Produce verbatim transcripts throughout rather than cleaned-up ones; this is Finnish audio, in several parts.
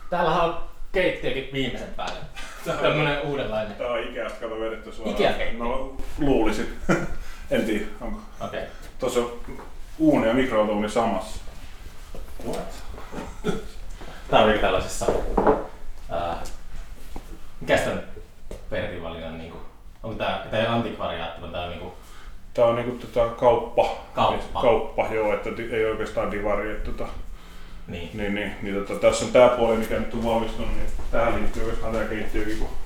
Täällähän on keittiökin viimeisen päälle. Tämmönen uudenlainen. Tää on Ikeasta, kato vedetty suoraan. Ikea-keittiö? No luulisin. En tiedä, onko. Okei. Okay. Tuossa on uuni ja mikrotuuni samassa. What? Tää on tällaisessa... Ää, mikäs tän perivalinnan niinku... Onko tää, tää antikvariaatti, vaan tää on niinku... Tää on niinku tota kauppa. Kauppa. Kauppa, joo, että ei oikeastaan divari. Että tota, niin. Niin, niin, niin tota, tässä on tää puoli, mikä nyt on valmistunut, niin tähän liittyy oikeastaan tää keittiökin, kun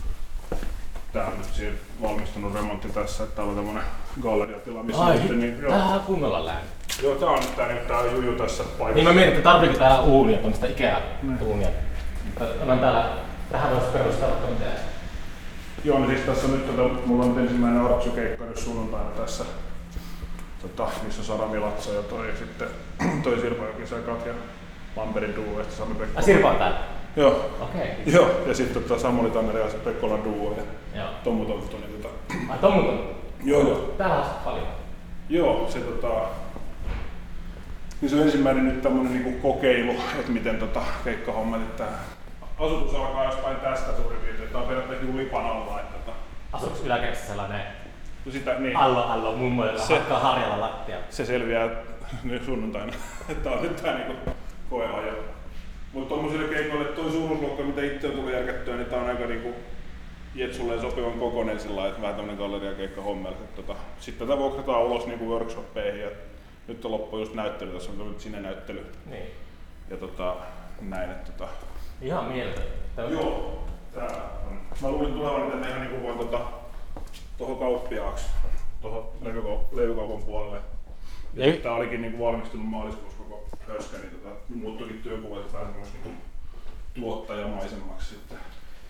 tää on nyt siihen valmistunut remontti tässä, että täällä on tämmönen galleriatila, missä Ai, sitten niin... Joo, tämähän on kunnolla lämmin. joo, tää on nyt tää, niin, tää on juju tässä paikassa. Niin mä mietin, että tarviiko täällä uunia, tuommoista Ikea-uunia. Onhan täällä, tähän voisi perustaa vaikka mitään. Joo, niin siis tässä on nyt, tota, mulla on nyt ensimmäinen Artsu-keikka nyt sunnuntaina tässä, tota, missä on Sara Milatsa ja toi, sitten toi Sirpa Jokisekat ja Lamperin duo ja sitten Sami Pekkola. Ah, Sirpa on täällä? Joo. Okei. Okay. Joo, ja sitten tota, Samuli Tanner ja Pekkolan duo ja Joo. Tommu Tonttu. Niin, tota... Ai Tommu Tonttu? Joo, joo. Täällä on paljon. Joo, se tota... Niin se on ensimmäinen nyt tämmönen niinku kokeilu, että miten tota keikkahommat, että asutus alkaa jostain tästä suurin piirtein. Tää on periaatteessa niinku lipan alla, että tota... Asuuko yläkerrassa sellainen no sitä, niin. allo allo mummo, joka se, hakkaa harjalla lattia? Se selviää nyt sunnuntaina, että on nyt tää niinku koeajo. Mutta tommosille keikoille toi suuruusluokka, mitä itse on tullut järkättyä, niin tää on aika niinku Jetsulleen sopivan kokoinen sillä lailla, että vähän tämmönen galleriakeikka hommella. Tota, sitten tätä vuokrataan ulos niinku workshoppeihin ja nyt on loppu just näyttely, tässä on nyt sinne-näyttely. Niin. Ja tota, näin, että tota... Ihan mieletöntä. Joo, tää on. Mä luulin tulevan, että meidän niinku voin tota tohon kauppiaaksi, tohon levykaupan puolelle. Ja Ei. Tää olikin niinku valmistunut maaliskuussa koko höskä, niin tota, muuttuikin työkuvat, että pääsin niinku tuottajamaisemmaksi sitten.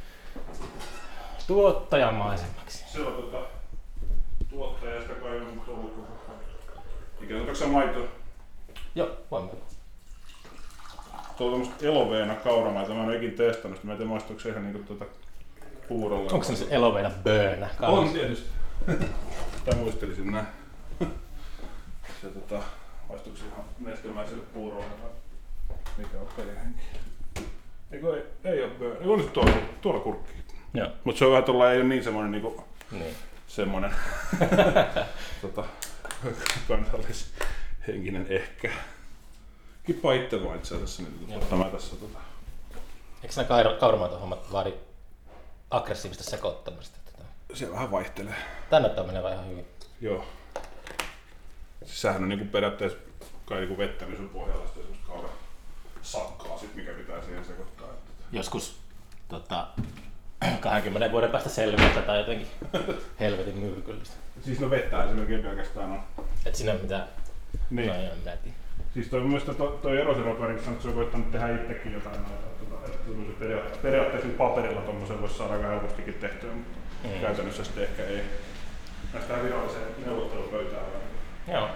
Tuottajamaisemmaksi. Se on tota, tuottaja, sitä kai on ollut koko. Mikä on sä maitoa? Joo, voimme. Tuo on tämmöstä eloveena kauramaita, mä en ole ikin testannut, mä en tiedä maistuuko se ihan niinku tuota puurolla. Onko se se eloveena böönä? On tietysti. Tai muistelisin näin. Se tota, maistuuko se ihan nestemäiselle puurolle? Mikä on pelihenki? Eikö ei, ei oo böönä? Eikö on nyt tuolla, tuolla kurkki. Joo. Mut se on vähän tuolla, ei oo niin semmonen niinku niin. semmonen tota, kansallishenkinen ehkä. Kippa itse vaan itse asiassa nyt ottaa mä tässä tota. Eikö nämä kauramaitohommat vaadi aggressiivista sekoittamista? Se vähän vaihtelee. Tän näyttää menevän ihan hyvin. Joo. Siis sehän on niinku periaatteessa kai niinku vettä, niin sun pohjalla sitten semmoista kaura sakkaa sit, mikä pitää siihen sekoittaa. Joskus tota, kaksikymmentä vuoden päästä selviää tätä jotenkin helvetin myrkyllistä. Siis no vettä esimerkiksi pelkästään on. Et siinä mitään. Niin. No joo, minä en tiedä. Siis toi mun mielestä toi, toi Eroserokarinkin sanoo, että se on koittanut tehdä itsekin jotain noita. Että periaatteessa, periaatteessa paperilla tommosen voisi saada aika helpostikin tehtyä, mutta mm. käytännössä sitten ehkä ei. Näistä viralliseen neuvottelupöytään. Joo.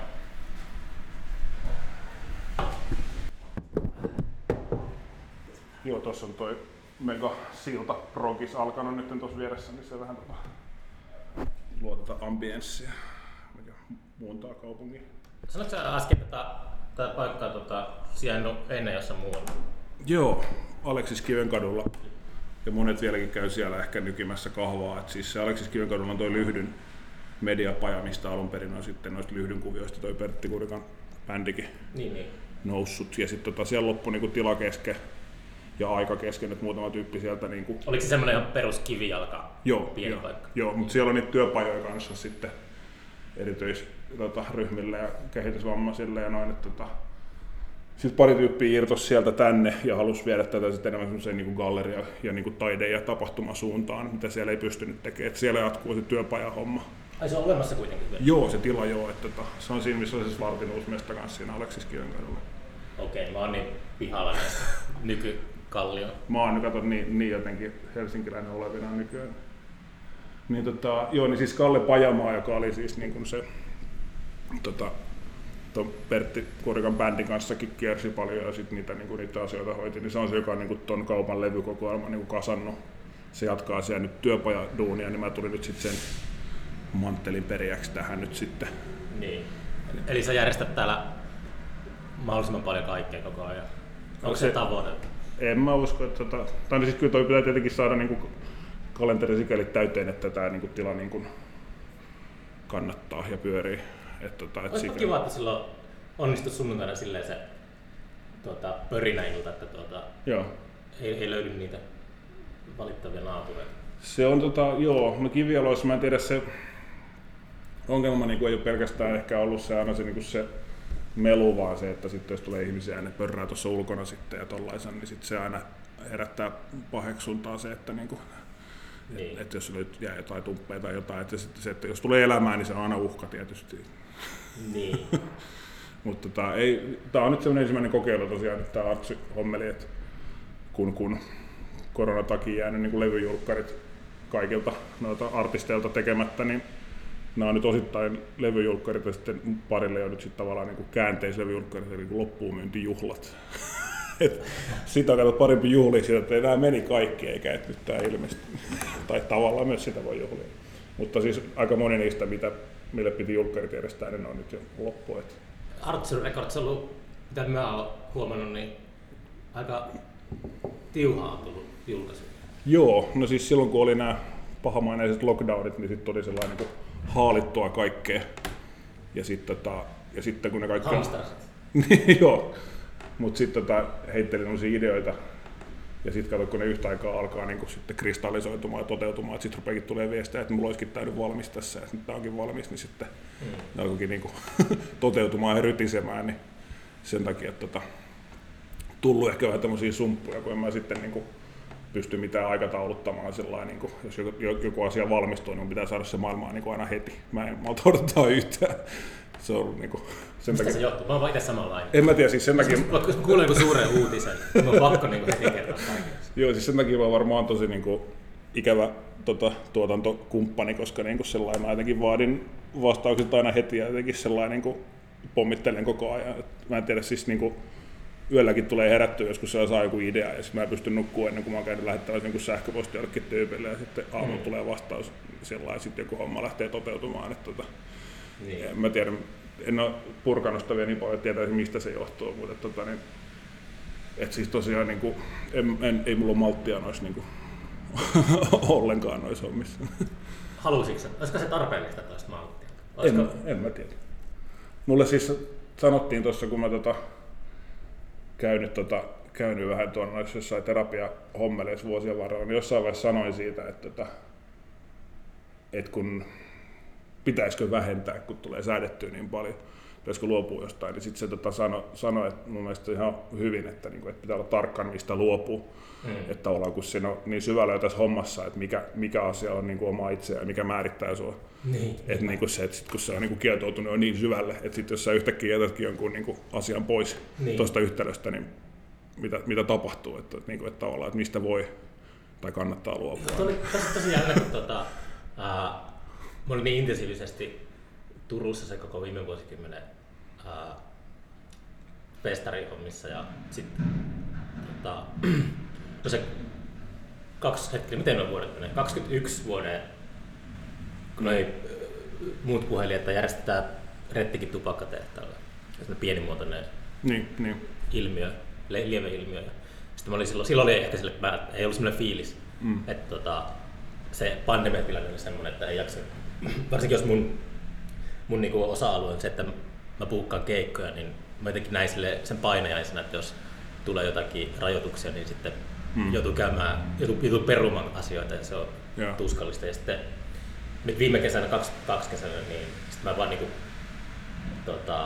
Joo, tossa on toi Mega Silta Progis alkanut nyt tuossa vieressä, niin se vähän tota, luo tätä ambienssia, mikä muuntaa kaupungin. Sanoitko sä äsken, että tämä paikka on tota, sijainnut ennen jossain muualla? Joo, Aleksis Kivenkadulla. Ja monet vieläkin käy siellä ehkä nykimässä kahvaa. Et siis se Aleksis Kivenkadulla on toi Lyhdyn mediapaja, mistä alun perin on sitten noista Lyhdyn kuvioista toi Pertti Kurikan bändikin niin, niin. noussut. Ja sitten tota, siellä loppui niinku tila kesken ja aika kesken, että muutama tyyppi sieltä. Niinku... Oliko se semmoinen ihan perus kivijalka? Joo, pieni joo, paikka? joo, mutta siellä on niitä työpajoja kanssa sitten erityisryhmille ja kehitysvammaisille ja noin. Että, tota, sitten pari tyyppiä irtosi sieltä tänne ja halusi viedä tätä sitten enemmän semmoiseen niin galleria- ja niin taide- ja tapahtumasuuntaan, mitä siellä ei pystynyt tekemään. Että siellä jatkuu se työpajahomma. Ai se on olemassa kuitenkin vielä? Joo, se tila joo. Että, tota, se on siinä, missä on se Svartin uusi mesta kanssa siinä Aleksis Kivenkadulla. Okei, okay, mä oon niin pihalla näistä nykykallioon. Mä oon nyt katsonut niin, niin jotenkin helsinkiläinen olevina nykyään. Niin, tota, joo, niin siis Kalle Pajamaa, joka oli siis niin kuin se tota, ton Pertti Kurikan bändin kanssakin kiersi paljon ja sit niitä, niinku, niitä asioita hoiti, niin se on se, joka on niinku, ton kaupan levykokoelman niinku, kasannut. Se jatkaa siellä nyt työpajaduunia, niin mä tulin nyt sit sen manttelin perijäksi tähän nyt sitten. Niin. Eli sä järjestät täällä mahdollisimman paljon kaikkea koko ajan. Onko se, se tavoite? En mä usko, että tota, tai siis kyllä toi pitää tietenkin saada niinku kalenteri sikäli täyteen, että tämä niinku tila niinku kannattaa ja pyörii. Et tota, et Olisiko sikäli... kiva, että silloin onnistui sunnuntaina silleen se tuota, pörinäilta, että tuota, Joo. Ei, ei löydy niitä valittavia naapureita. Se on tota, joo, no kivijaloissa mä en tiedä, se ongelma niin ei ole pelkästään ehkä ollut se aina se, niin se melu, vaan se, että sitten jos tulee ihmisiä ja ne pörrää tuossa ulkona sitten ja tollaisen, niin sitten se aina herättää paheksuntaa se, että, niin kuin, niin. että, että jos jää jotain tumppeja tai jotain, että, se, että jos tulee elämään, niin se on aina uhka tietysti. Niin. Mutta tota, tämä on nyt sellainen ensimmäinen kokeilu tosiaan, että tämä Artsi-hommeli, että kun, kun koronan takia jäänyt niin kuin levyjulkkarit kaikilta noilta artisteilta tekemättä, niin nämä on nyt osittain levyjulkkarit ja sitten parille on nyt sitten tavallaan niin kuin käänteislevyjulkkarit, eli loppuun myyntijuhlat. Sitä on katsottu parempi juhlia siitä, että nämä meni kaikki eikä et nyt tämä ilmestyi. Tai tavallaan myös sitä voi juhlia. Mutta siis aika moni niistä, mitä, mille piti julkkarit järjestää, niin ne on nyt jo loppu. Artsi Records on ollut, mitä mä oon huomannut, niin aika tiuhaa on tullut julkaisu. Joo, no siis silloin kun oli nämä pahamaineiset lockdownit, niin sitten oli sellainen niin haalittua kaikkea. Ja sitten, tota, ja sitten kun ne kaikki... Hamstaraset. Joo, mutta sitten tota, heittelin sellaisia ideoita. Ja sitten kato, kun ne yhtä aikaa alkaa niin sitten kristallisoitumaan ja toteutumaan, että sitten rupeakin tulee viestejä, että mulla olisikin täydy valmis tässä ja nyt tämä onkin valmis, niin sitten mm. ne alkoikin niin kuin toteutumaan ja rytisemään, niin sen takia, että tota, tullut ehkä vähän tämmöisiä sumppuja, kun en mä sitten niin kuin pysty mitään aikatauluttamaan sellainen, niin kuin, jos joku, joku asia valmistuu, niin pitää saada se maailmaan niin kuin aina heti. Mä en malta odottaa yhtään. Se on ollut niin kuin, sen Mistä takia... se johtuu? Mä oon vaan itse samanlainen. En mä tiedä, siis sen takia... Voitko kuulla joku suuren uutisen? Mä oon pakko niin kuin heti kertoa kaikille. Joo, siis sen takia mä varmaan tosi niin kuin ikävä tota, tuotantokumppani, koska niin kuin sellainen mä jotenkin vaadin vastaukset aina heti ja jotenkin sellainen niin kuin pommittelen koko ajan. Et mä en tiedä, siis niin kuin yölläkin tulee herättyä, joskus siellä saa joku idea ja sitten mä en pysty nukkumaan ennen kuin mä oon käynyt lähettämässä niin sähköpostia jollekin tyypille ja sitten aamulla mm. tulee vastaus sellainen ja sitten joku homma lähtee toteutumaan. Että, tota, niin. En mä tiedä, en ole purkanut sitä vielä niin paljon, että tietäisin mistä se johtuu, mutta että, tota, niin, et siis tosiaan niin kuin, en, en, ei mulla ole malttia noissa niin kuin, ollenkaan noissa hommissa. Halusitko? Olisiko se tarpeellista toista malttia? Olisiko... En, en mä tiedä. Mulle siis sanottiin tuossa, kun mä tota, käynyt, tota, käynyt vähän tuon noissa jossain terapiahommeleissa vuosien varrella, niin jossain vaiheessa sanoin siitä, että, että, että kun pitäisikö vähentää, kun tulee säädettyä niin paljon, pitäisikö luopua jostain, niin sitten se tota, sanoi, sano, että mun mielestä ihan hyvin, että, niin kuin, että pitää olla tarkkaan, mistä luopuu. Mm. Että ollaan, kun siinä on niin syvällä jo tässä hommassa, että mikä, mikä asia on niin kuin oma itseä ja mikä määrittää sua. Niin. Että niin se, että sit, kun se on niin kietoutunut on niin syvälle, että sit, jos sä yhtäkkiä jätätkin jonkun niin kuin asian pois niin. tuosta yhtälöstä, niin mitä, mitä tapahtuu, että, että, niin että, että mistä voi tai kannattaa luopua. Tuo oli tosi, tosi jännä, kun tota, äh, mä olin niin intensiivisesti Turussa se koko viime vuosikymmenen äh, festarihommissa ja sitten tota, no se kaksi hetkeä, miten on vuodet menee? kaksikymmentäyksi vuoden, kun noi muut puheli, että järjestetään Rettikin tupakkatehtaalla. Se pienimuotoinen niin, niin. ilmiö, lieveilmiö. Sitten mä olin silloin, silloin oli ehkä sille, mä, ei ollut semmoinen fiilis, mm. että tota, se pandemiatilanne oli semmoinen, että ei jaksa, varsinkin jos mun, mun niinku osa-alue on se, että mä puukkaan keikkoja, niin mä jotenkin näin sille, sen painajaisena, että jos tulee jotakin rajoituksia, niin sitten hmm. joutuu käymään, joutuu, joutuu perumaan asioita ja se on yeah. tuskallista. Ja sitten nyt viime kesänä, kaksi, kaksi kesänä, niin sitten mä vaan niinku, tota,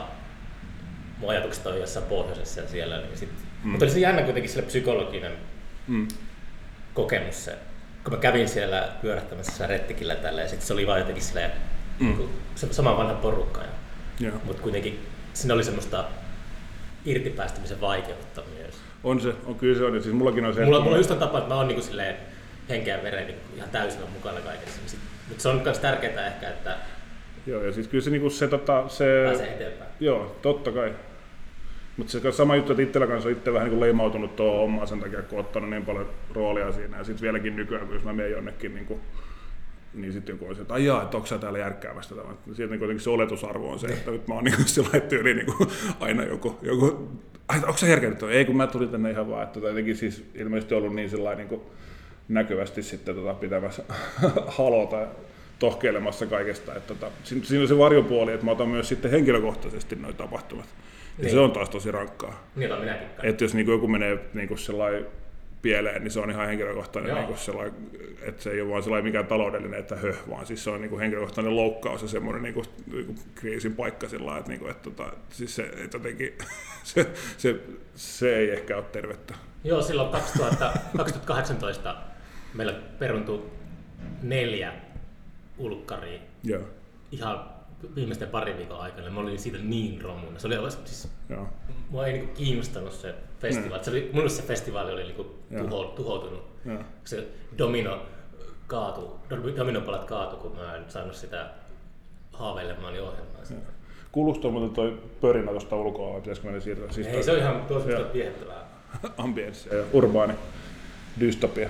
mun ajatukset on jossain pohjoisessa ja siellä, niin sit, hmm. mutta oli se jännä kuitenkin sille psykologinen hmm. kokemus se, kun mä kävin siellä pyörähtämässä Rettikillä tällä ja sitten se oli vaan jotenkin silleen, hmm. niin se sama vanha porukka, ja, yeah. mutta kuitenkin siinä oli semmoista irtipäästämisen vaikeutta myös. On se, on kyllä se on. Siis mullakin on se, mulla, mulla on just on tapa, että mä oon niinku silleen henkeä veren niin ihan täysin mukana kaikessa. Mutta se on myös tärkeää ehkä, että joo, ja siis kyllä se, niinku se, tota, se pääsee eteenpäin. Joo, totta kai. Mutta se sama juttu, että itsellä kanssa on itse vähän niin leimautunut tuohon hommaan sen takia, kun on ottanut niin paljon roolia siinä. Ja sitten vieläkin nykyään, kun jos mä menen jonnekin, niin, kuin, niin sitten joku on se, että aijaa, että onko sä täällä järkkäävästä. Sieltä niin kuitenkin se oletusarvo on se, että nyt mä oon niin sillä tyyli niin aina joku, joku Ai, onko se herkenyt? Ei, kun mä tulin tänne ihan vaan, että jotenkin siis ilmeisesti ollut niin sellainen niin näkyvästi sitten tota, pitämässä halota ja tohkeilemassa kaikesta. Että, tota, siinä on se varjopuoli, että mä otan myös sitten henkilökohtaisesti nuo tapahtumat. Ja niin. Se on taas tosi rankkaa. Niin on minäkin. Että jos niin joku menee niin sellainen pieleen, niin se on ihan henkilökohtainen, niin sellainen, että se ei ole vaan sellainen mikään taloudellinen, että höh, vaan siis se on niin henkilökohtainen loukkaus ja semmoinen niin kuin, niin kuin kriisin paikka sillä että, niin että, että, siis se, että jotenkin, se, se, se ei ehkä ole tervettä. Joo, silloin kaksituhattakahdeksantoista meillä peruntui neljä ulkkaria Joo. ihan viimeisten parin viikon aikana. Mä olin siitä niin romuna. Se oli siis, mua ei niinku kiinnostanut se festivaali. Se oli, mulle se festivaali oli niinku tuho, tuhoutunut. Ja. Se domino kaatu, dominopalat kaatu, kun mä en saanut sitä haaveilemaan niin ohjelmaa. Kuulostaa muuten toi pörinä tuosta ulkoa, vai pitäisikö mennä siirtää? Siis ei, toi... se on ihan tosi viehättävää. Ambience ja urbaani dystopia.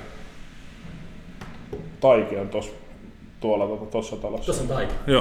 Taike on tossa. Tuolla tuossa talossa. Tuossa on taika. Joo.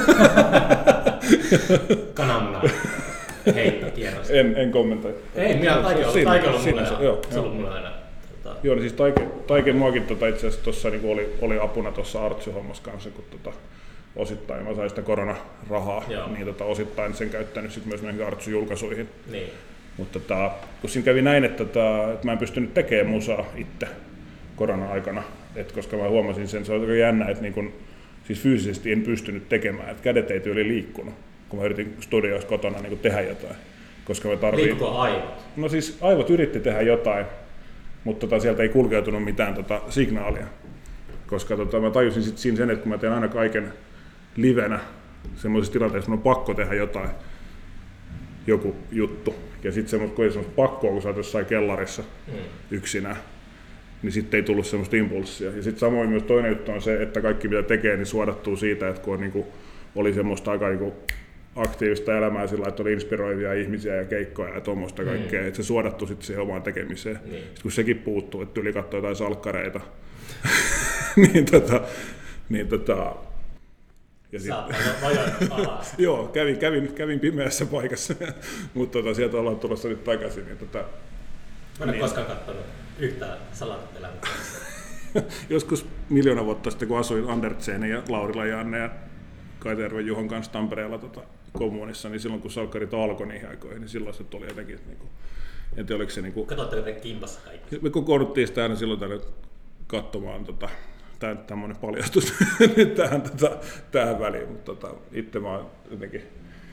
Kananmuna heitto kierros. En, en kommentoi. Ei, minä taike on taike ollut mulle aina. Joo, se on ollut mulle aina. Tota... Joo, niin siis taike, taike muakin tota, itse asiassa tuossa niin oli, oli apuna tuossa Artsy-hommassa kanssa, kun tota, osittain mä sain sitä koronarahaa, Joo. niin tota, osittain sen käyttänyt sit myös näihin Artsy-julkaisuihin. Niin. Mutta tota, kun siinä kävi näin, että, tota, että mä en pystynyt tekemään musaa itse korona-aikana, et koska mä huomasin sen, se on aika jännä, että niin kun, siis fyysisesti en pystynyt tekemään, että kädet ei tyyli liikkunut, kun mä yritin studioissa kotona niin tehdä jotain. Koska mä tarviin... Liikkuuko aivot? No siis aivot yritti tehdä jotain, mutta tota, sieltä ei kulkeutunut mitään tota, signaalia. Koska tota, mä tajusin sit siinä sen, että kun mä teen aina kaiken livenä, semmoisessa tilanteessa mun on pakko tehdä jotain, joku juttu. Ja sitten semmoista, kun ei semmoista pakkoa, kun sä oot jossain kellarissa mm. yksinään, niin sitten ei tullut semmoista impulssia. Ja sitten samoin myös toinen juttu on se, että kaikki mitä tekee, niin suodattuu siitä, että kun on, niin kuin, oli semmoista aika niin kuin, aktiivista elämää sillä, että oli inspiroivia ihmisiä ja keikkoja ja tuommoista kaikkea, mm. että se suodattu sitten siihen omaan tekemiseen. Mm. Sitten kun sekin puuttuu, että yli katsoo jotain salkkareita, niin tota... Niin tota ja saattaa vajonnut alas. Joo, kävin, kävin, kävin pimeässä paikassa, mutta tota, sieltä ollaan tulossa nyt takaisin. Niin, tota, Mä en niin. koskaan katsonut yhtään salatelämää. Joskus miljoona vuotta sitten, kun asuin Andertsenin ja Laurila Janne ja Kaiterven Juhon kanssa Tampereella tota, kommunissa, niin silloin kun salkkarit alkoi niihin aikoihin, niin silloin se tuli jotenkin, niin kuin, en tiedä oliko se niin kuin... Katsotteko te kimpassa kaikki? Me kokoonnuttiin sitä aina silloin tänne katsomaan tota, tämmöinen paljastus nyt tähän, tota, tähän väliin, mutta tota, itse mä oon jotenkin...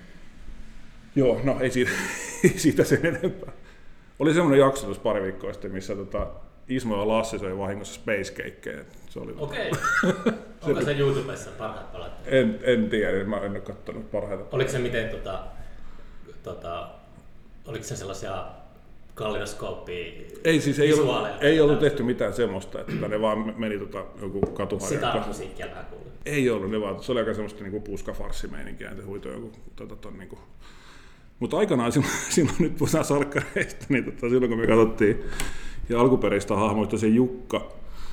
Joo, no ei siitä, siitä sen enempää. Oli semmoinen jakso tuossa pari viikkoa sitten, missä tota, Ismo ja Lassi söi vahingossa space cakeja. Okei. Okay. Onko se YouTubessa parhaat palat? En, en tiedä, mä en ole katsonut parhaita. Oliko se miten, tota, tota, oliko se sellaisia kaleidoskooppia? Ei siis, ei ollut, ei ollut tehty mitään semmoista, että ne vaan meni tota, joku katuharjakka. Sitä musiikkia vähän kuullut. Ei ollut, ne vaan, se oli aika semmoista niinku puskafarssimeininkiä, että huitoi joku tota, ton, niinku. Mutta aikanaan silloin, silloin nyt puhutaan salkkareista, niin tota, silloin kun me katsottiin ja alkuperäistä hahmoista se Jukka,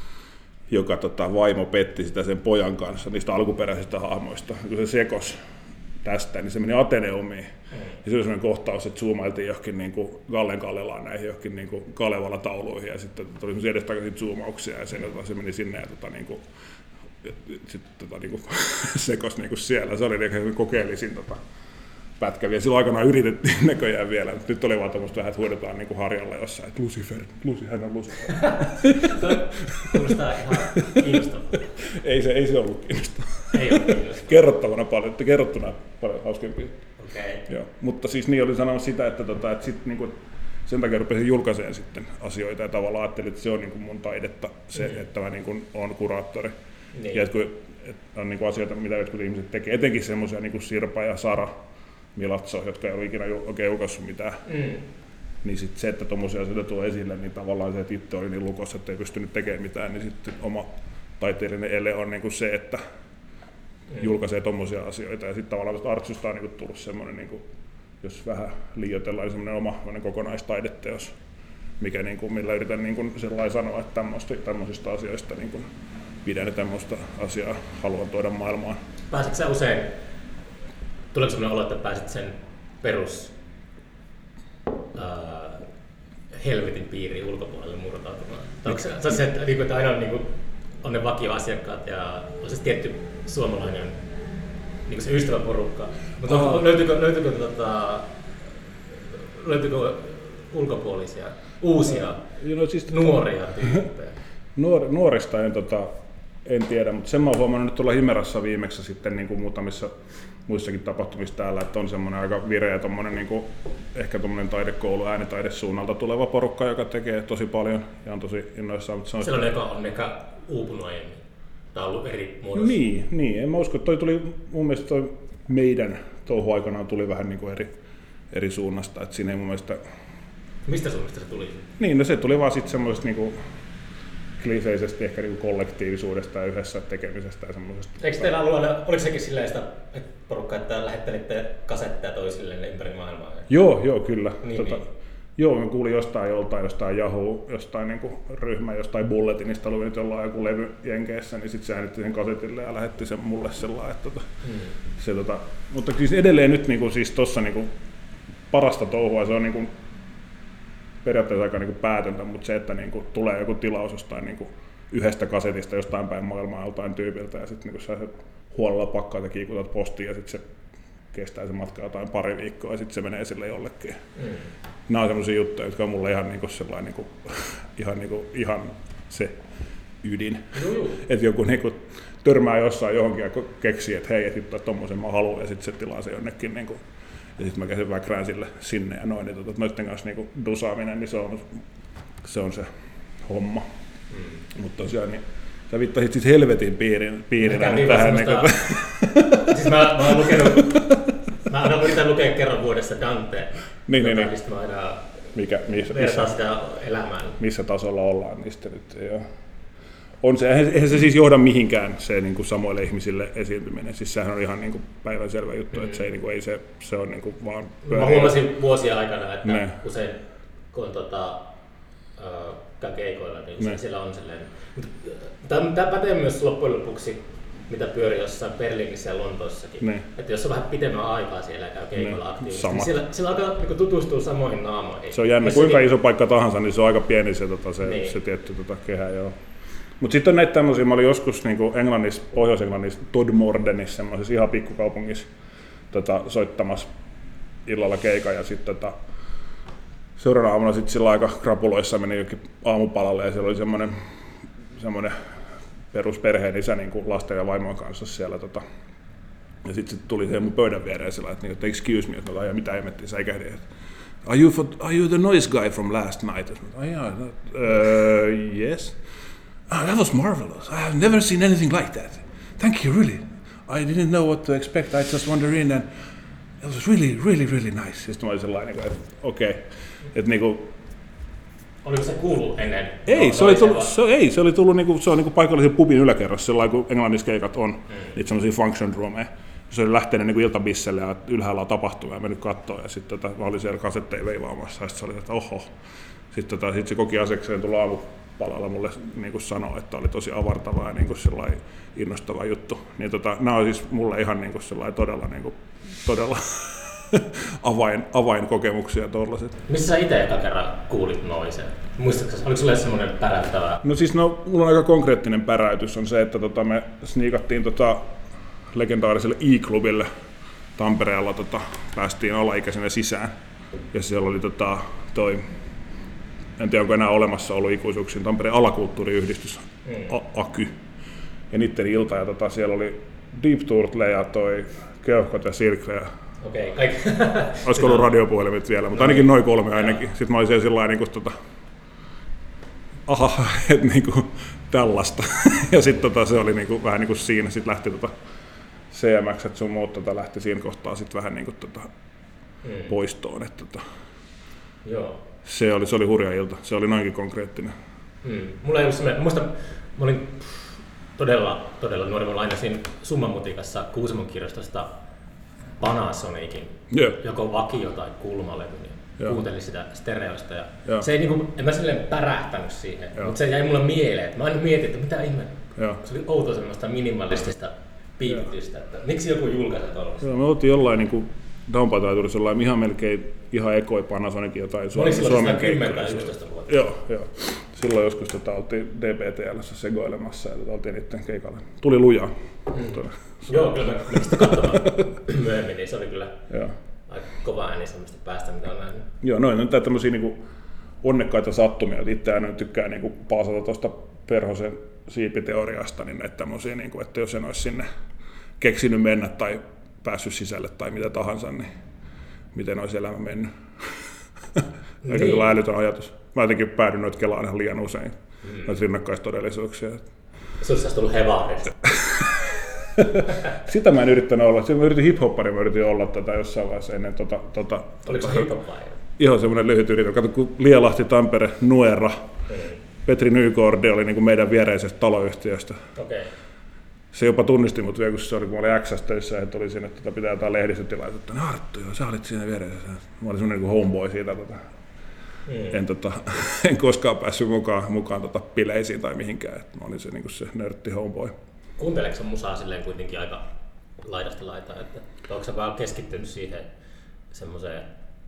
joka tota, vaimo petti sitä sen pojan kanssa niistä alkuperäisistä hahmoista. Kun se sekos tästä, niin se meni Ateneumiin. Mm. Ja se oli sellainen kohtaus, että zoomailtiin johonkin niin kuin Gallen Kallelaan näihin johonkin niin kuin Kalevala tauluihin ja sitten tuli semmoisia edestakaisin zoomauksia ja se, tota, se meni sinne ja tota, niin kuin, sitten tota, niin kuin, sekos niin kuin siellä. Se oli niin kokeellisin tota, pätkä vielä. Silloin aikanaan yritettiin näköjään vielä, mutta nyt oli vaan tuommoista vähän, että huudetaan niin kuin harjalla jossain, että Lucifer, Lucy, hän on Lucifer. Kuulostaa ihan kiinnostavaa. Ei se, ei se ollut kiinnostavaa. Ei ollut kiinnostavaa. Kerrottavana paljon, että kerrottuna paljon hauskempia. Okay. Joo, mutta siis niin oli sanonut sitä, että, tota, että sit, niin kuin, sen takia rupesin julkaiseen sitten asioita ja tavallaan ajattelin, että se on niin kuin mun taidetta, se, mm. että mä niin kuin olen kuraattori. Niin. Ja että, kun, että on niin kuin asioita, mitä jotkut ihmiset tekee, etenkin semmoisia niin kuin Sirpa ja Sara, Milatso, jotka ei ole ikinä oikein julkaissut mitään, mm. niin sit se, että tuommoisia asioita tulee esille, niin tavallaan se, että itse oli niin lukossa, että ei pystynyt tekemään mitään, niin sitten oma taiteellinen ele on niin kuin se, että mm. julkaisee tuommoisia asioita. Ja sitten tavallaan tuosta Artsysta on niin kuin tullut semmoinen, niin kuin, jos vähän liioitellaan, niin semmoinen oma kokonaistaideteos, mikä, niin kuin, millä yritän niin kuin sellainen sanoa, että tämmöisistä asioista niin kuin pidän ja tämmöistä asiaa haluan tuoda maailmaan. Pääsitkö sä usein? Tuleeko sellainen olo, että pääsit sen perus ää, helvetin piiriin ulkopuolelle murtautumaan? Onko se, se, että, niin kuin, että aina on, niin kuin, on ne vakioasiakkaat ja on se tietty suomalainen niin se ystäväporukka? Mutta oh. löytyykö, löytyykö, tota, löytyykö ulkopuolisia, uusia, no, siis, nuoria tyyppejä? Nuor, nuorista en, tota, en tiedä, mutta sen mä oon huomannut nyt tuolla Himerassa viimeksi sitten niin kuin muutamissa muissakin tapahtumissa täällä, että on semmoinen aika vireä tommonen, niin kuin, ehkä tuommoinen taidekoulu, äänitaidesuunnalta tuleva porukka, joka tekee tosi paljon ja on tosi innoissaan. Mutta se on sellainen, joka on ehkä uupunut aiemmin. Tämä on ollut eri muodossa. Niin, niin, en mä usko. Toi tuli mun mielestä toi meidän touhu aikanaan tuli vähän niin kuin eri, eri suunnasta. Että siinä ei mun mielestä... Mistä suunnasta se tuli? Niin, no se tuli vaan sitten semmoisesta niin kuin kliseisesti ehkä niin kuin kollektiivisuudesta ja yhdessä tekemisestä ja semmoisesta. Eikö teillä ollut aina, oliko sekin silleen sitä että porukka, että lähettelitte kasetteja toisilleen ympäri maailmaa? Joo, joo, kyllä. Niin, tota, niin. Joo, mä kuulin jostain joltain, jostain Yahoo, jostain niin kuin ryhmä, jostain Bulletinista luin, että jollain joku levy Jenkeissä, niin sitten se äänitti sen kasetille ja lähetti sen mulle sellainen, että tota, mm. se tota, mutta siis edelleen nyt niin kuin, siis tossa niin kuin parasta touhua, se on niin kuin periaatteessa aika niin kuin päätöntä, mutta se, että niin kuin tulee joku tilaus jostain niin kuin yhdestä kasetista jostain päin maailmaa joltain tyypiltä ja sitten niin sä huolella pakkaat ja kiikutat postiin ja sitten se kestää se matka jotain pari viikkoa ja sitten se menee sille jollekin. Mm. Nämä on sellaisia juttuja, jotka on mulle ihan, niinku sellainen, niinku, ihan, niinku, ihan se ydin. Mm. Että joku niinku, törmää jossain johonkin ja keksii, että hei, että tommosen mä haluan ja sitten se tilaa se jonnekin. Niinku, ja sitten mä käsin väkrään sille sinne ja noin. Tota, noiden kanssa niinku, dusaaminen, niin se on se, on se homma. Mm. Mutta tosiaan, niin, sä viittasit siis helvetin piirin, piirinä nyt tähän. Niinku, siis mä, mä oon lukenut, mä aina yritän lukea kerran vuodessa Dante, niin, niin, niin. mistä mä aina Mikä, missä, vertaan sitä elämään. Missä tasolla ollaan niistä nyt. Joo. On se, eihän se siis johda mihinkään se niin kuin samoille ihmisille esiintyminen. Siis sehän on ihan niin kuin päivänselvä juttu, mm. että se ei, niin kuin, ei se, se on niin kuin vaan pyöriä. Mä huomasin vuosia aikana, että ne. usein kun on tota, käy keikoilla, niin ne. siellä on silleen. Tämä pätee myös loppujen lopuksi, mitä pyörii jossain Berliinissä ja Lontoossakin. Ne. Että jos on vähän pitemmän aikaa siellä ja käy keikoilla aktiivisesti, niin siellä, siellä alkaa niin tutustua samoihin naamoihin. Se on jännä, Jossakin... kuinka iso paikka tahansa, niin se on aika pieni se, tota, se, niin. se tietty tota, kehä. Joo. Mutta sitten on näitä tämmöisiä, mä olin joskus niin Englannissa, Pohjois-Englannissa, Todmordenissa, semmoisessa ihan pikkukaupungissa tota, soittamassa illalla keikan ja sitten tota, seuraavana aamuna sitten sillä aika krapuloissa meni jokin aamupalalle ja siellä oli semmoinen, semmoinen perusperheen isä niin kuin lasten ja vaimon kanssa siellä. Tota, ja sitten sit tuli se mun pöydän viereen sillä että, että excuse me, että mä mitä emettiin säikähdin. Are you, for, are you the noise guy from last night? Oh, yeah, uh, yes. Oh, that was marvelous. I have never seen anything like that. Thank you, really. I didn't know what to expect. I just wandered in and it was really, really, really nice. Sitten mä olin sellainen, että okei. Okay. Että niinku... Oliko se kuullut ennen? Ei, se oli tullut, se, ei, se oli tullut niinku, se on niinku paikallisen pubin yläkerrassa, sellainen kuin Englannissa keikat on. Mm. Niitä semmosia function roomeja. Se oli lähtenyt niinku iltabisselle ja ylhäällä on tapahtumia ja mennyt kattoon ja sitten tota, mä olin siellä kasetteja veivaamassa ja sitten se oli, että oho. Sitten tota, sit se koki asekseen tulla aamupalalla mulle niin sanoa, että oli tosi avartava ja niin innostava juttu. Niin tota, nämä on siis mulle ihan niin todella, niin kuin, todella avain, avainkokemuksia tuollaiset. Missä sä itse eka kerran kuulit noisen? Muistatko, oliko sulle semmoinen päräyttävä? No siis no, mulla on aika konkreettinen päräytys on se, että tota, me sniikattiin tota, legendaariselle I-klubille Tampereella, tota, päästiin alaikäisenä sisään ja siellä oli tota, toi en tiedä, onko enää olemassa ollut ikuisuuksiin, Tampereen alakulttuuriyhdistys, mm. A- A K Y. Ja niiden ilta, ja tota, siellä oli Deep Turtle ja toi Keuhkot ja Sirkle. Ja... Okei, okay, kaikki. Olisiko ollut radiopuhelimet vielä, mutta ainakin noin kolme ainakin. Sitten mä olin siellä sillä niin kuin, tota, aha, että niin kuin tällaista. Ja sitten tota, se oli niin kuin, vähän niin kuin siinä, sitten lähti tota, C M X, että sun muut tota, lähti siinä kohtaa sitten vähän niin kuin, tota, mm. poistoon. Että, tota, joo. Se oli, se oli hurja ilta, se oli noinkin konkreettinen. Hmm. Mulla ei ollut semmoinen, muistan, mä olin todella, todella nuori, mä lainasin Summan mutikassa Kuusamon kirjastosta Panasonicin, yeah. joko vakio tai kulmalevy, niin kuuntelin sitä stereoista. Ja yeah. se ei, niin kuin, en mä silleen pärähtänyt siihen, yeah. mutta se jäi mulle mieleen, että mä aina mietin, että mitä ihme, yeah. se oli outoa semmoista minimalistista piipitystä, että miksi joku julkaisi tuollaista? Me oltiin jollain niin kuin Downpipe sellainen ihan melkein ihan ekoi Panasonicin jotain Suomen Suomen keikkoja. Joo, joo. Silloin joskus tota, oltiin D B T L:ssä segoilemassa ja tota, oltiin niiden keikalla. Tuli lujaa. Mm. Joo, kyllä mä menin katsomaan myöhemmin, niin se oli kyllä joo. aika kova ääni semmoista päästä, mitä on nähnyt. Joo, noin on tämmöisiä niinku onnekkaita sattumia. Itse aina tykkää niinku paasata tuosta Perhosen siipiteoriasta, niin näitä tämmöisiä, niinku, että jos en olisi sinne keksinyt mennä tai päässyt sisälle tai mitä tahansa, niin miten olisi elämä mennyt. Aika niin. Älytön ajatus. Mä jotenkin päädyin noita kelaan ihan liian usein, mm. noita rinnakkaistodellisuuksia. Sinusta olisi tullut hevaarista. Sitä mä en yrittänyt olla. Mä yritin hip-hoppari, mä yritin olla tätä jossain vaiheessa ennen tota... tota Oliko se hip-hoppari? Ihan semmoinen lyhyt yritys. Kato, kun Lielahti, Tampere, Nuera, mm. Petri Nykorde oli niin kuin meidän viereisestä taloyhtiöstä. Okay. Se jopa tunnisti mut vielä, kun se oli, kun mä olin X:ssä töissä, että oli siinä, että pitää jotain lehdistötilaisuutta. No Arttu, joo, sä olit siinä viereisessä. Mä olin semmoinen niin kuin homeboy siitä. Tota. Mm. En, tota, en koskaan päässyt mukaan, mukaan tota, bileisiin tai mihinkään. Et mä olin se, niin kuin se nörtti homeboy. Kuunteleeko musaa silleen kuitenkin aika laidasta laitaan? Että onko sä vaan keskittynyt siihen semmoiseen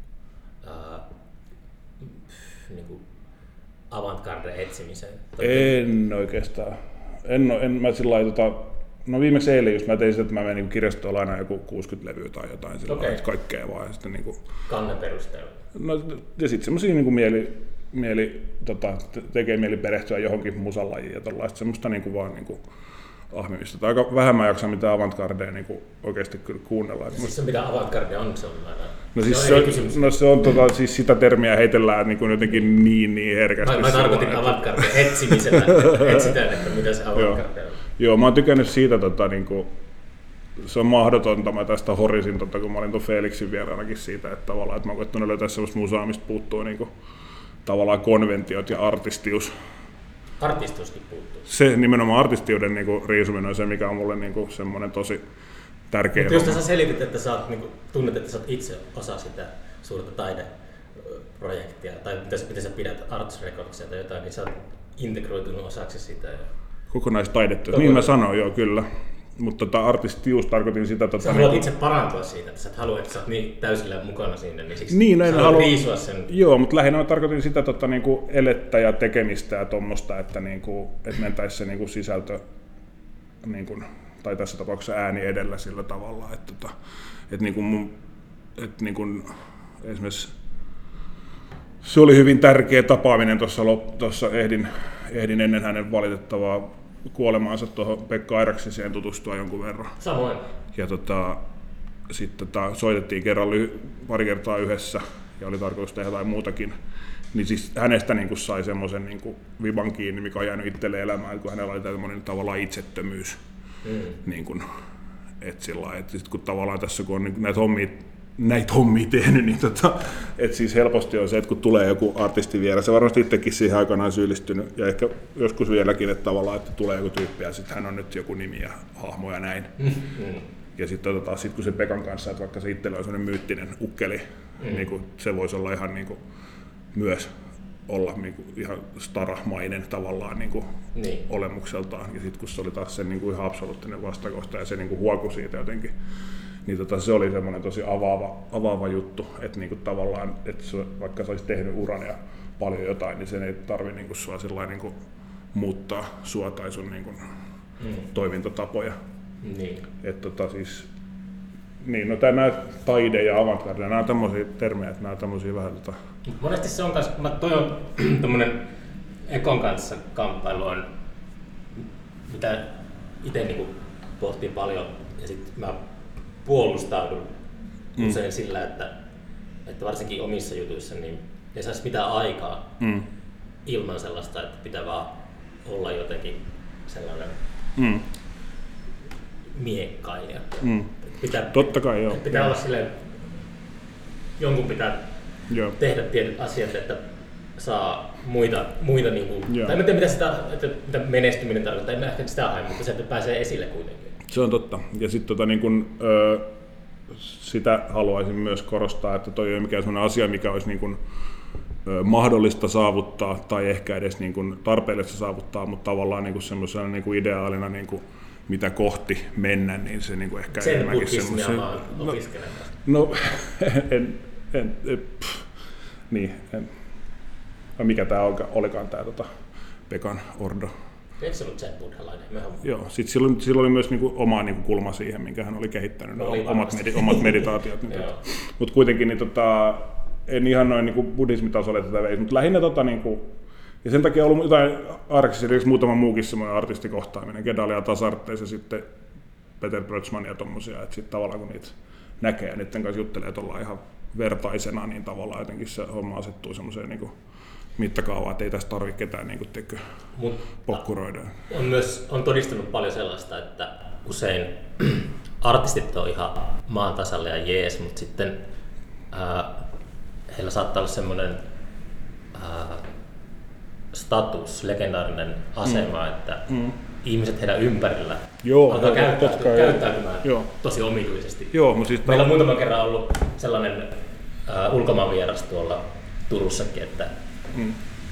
niin avantgarde etsimiseen? En oikeastaan. En, en mä sillä lailla, tota, no viimeksi eilen just mä tein sitä, että mä menin kirjastoon aina joku kuusikymmentä levyä tai jotain sillä okay. lailla, kaikkea vaan. Ja sitten, niin kuin, kannen perusteella. No ja sitten semmosia niin kuin mieli, mieli tota, tekee mieli perehtyä johonkin musalajiin ja tollaista semmoista niin kuin vaan niin kuin ahmimista. Tai aika vähemmän jaksaa mitään avantgardea niin kuin oikeasti kyllä kuunnella. Siis se mitä avantgardea on, se on aina. No siis se on, se, no se on tota, siis sitä termiä heitellään niin kuin jotenkin niin niin herkästi. Mä, mä tarkoitin avantgardea etsimisellä, etsitään, että mitä se avantgardea on. Joo, mä oon tykännyt siitä, tota, niin kuin, se on mahdotonta, mä tästä horisin, tota, kun mä olin tuon Felixin vieraanakin siitä, että tavallaan, että mä oon koettanut löytää semmoista musaa, mistä puuttuu niin kuin, tavallaan konventiot ja artistius. Artistiuskin puuttuu. Se nimenomaan artistiuden niin kuin, riisuminen on se, mikä on mulle niin kuin, semmoinen tosi tärkeä. Mutta jos sä selitit, että sä oot, niin kuin, tunnet, että sä oot itse osa sitä suurta taideprojektia, tai miten, miten sä pidät Arts Recordsia tai jotain, niin sä oot integroitunut osaksi sitä. Ja... Kokonaistaidetta. Niin mä sanoin, joo, kyllä. Mutta tota, artistius tarkoitin sitä... Tota, sä haluat niin, itse parantua siitä, että sä et halua, että sä oot niin täysillä mukana siinä, niin siksi niin, sä haluat halu... riisua sen. Joo, mutta lähinnä mä tarkoitin sitä tota, niinku elettä ja tekemistä ja tuommoista, että, niinku, että mentäisiin se niinku sisältö, niinku, tai tässä tapauksessa ääni edellä sillä tavalla, että, tota, että, niinku mun, että niinku, esimerkiksi se oli hyvin tärkeä tapaaminen tuossa, tuossa ehdin, ehdin ennen hänen valitettavaa kuolemaansa tuohon Pekka Airaksiseen tutustua jonkun verran. Samoin. Ja tota, sitten tota, soitettiin kerran pari kertaa yhdessä ja oli tarkoitus tehdä jotain muutakin. Niin siis hänestä niin kuin sai semmoisen niin kuin viban kiinni, mikä on jäänyt itselle elämään, kun hänellä oli tämmöinen tavallaan itsettömyys. Mm. Niin kuin, et sillä, et sit, kun tavallaan tässä kun on niin näitä hommia näitä hommia tehnyt, niin tota, että siis helposti on se, että kun tulee joku artisti vielä, se varmasti itsekin siihen aikanaan syyllistynyt, ja ehkä joskus vieläkin, että tavallaan, että tulee joku tyyppi, ja sitten hän on nyt joku nimi ja hahmo ja näin. Mm-hmm. Ja sitten tota, sit kun se Pekan kanssa, että vaikka se itsellä on sellainen myyttinen ukkeli, mm-hmm. niin kuin, se voisi olla ihan niin kuin, myös olla niin kuin, ihan staramainen tavallaan niin kuin, niin. olemukseltaan, ja sitten kun se oli taas sen niin kuin, ihan absoluuttinen vastakohta, ja se niin kuin, huokui siitä jotenkin, niin tota, se oli semmoinen tosi avaava, avaava juttu, että niinku tavallaan, että se, vaikka sä olisit tehnyt uran ja paljon jotain, niin sen ei tarvitse niinku sua sillain, niinku muuttaa sua tai sun niinku mm. toimintatapoja. Niin. Et, tota, siis, niin, no nämä taide ja avantgarde, nämä on tämmöisiä termejä, että nämä on tämmöisiä vähän... Tota... Monesti se on kanssa, toi on tämmöinen Ekon kanssa kamppailu on, mitä itse niinku pohtii paljon, ja sit mä puolustaudun mm. usein sillä, että, että varsinkin omissa jutuissa niin ei saisi mitään aikaa mm. ilman sellaista, että pitää vaan olla jotenkin sellainen mm. miekkailija. Mm. Pitää, Totta kai, joo. Pitää olla silleen, jonkun pitää joo. tehdä tietyt asiat, että saa muita, muita niin kuin, tai en tiedä mitä, sitä, että, mitä menestyminen tarkoittaa, en ehkä sitä hae, mutta se, että pääsee esille kuitenkin. Se on totta. Ja sitten tota, niin kun, ö, sitä haluaisin myös korostaa, että toi ei ole mikään sellainen asia, mikä olisi niin kun, ö, mahdollista saavuttaa tai ehkä edes niin kun tarpeellista saavuttaa, mutta tavallaan niin kun semmoisena niin kun ideaalina niin kun mitä kohti mennä, niin se niin kuin ehkä sen enemmänkin semmoisen... Sen buddhismia vaan opiskelen. No, en, en, en pff, niin, en, mikä tämä olikaan tämä tota, Pekan Ordo. Eikö se ollut zen-buddhalainen? Joo, sitten sillä, sillä oli myös niinku oma niinku kulma siihen, minkä hän oli kehittänyt, no, oli omat, medi, omat meditaatiot. Niin tota. Mutta kuitenkin niin tota, en ihan noin niinku buddhismitasolle tätä veisi, mutta lähinnä tota, niinku, ja sen takia on ollut jotain arkisissa, muutama muukin semmoinen artistikohtaaminen, Gedalia Tasartes ja sitten Peter Brötzmann ja tommosia, että sitten tavallaan kun niitä näkee ja niiden kanssa juttelee, että ollaan ihan vertaisena, niin tavallaan jotenkin se homma asettuu semmoiseen niinku mittakaavaa, että ei tästä tarvitse ketään niin kuin tekö, pokkuroida. On myös on todistanut paljon sellaista, että usein artistit on ihan maan tasalla ja jees, mutta sitten ää, heillä saattaa olla semmoinen ää, status, legendaarinen asema, mm. että mm. ihmiset heidän ympärillä Joo, alkaa käyttää, totta, käyttäytymään joo. tosi omituisesti. Joo, siis meillä on muutaman kerran ollut sellainen ää, ulkomaanvieras tuolla Turussakin, että Mm.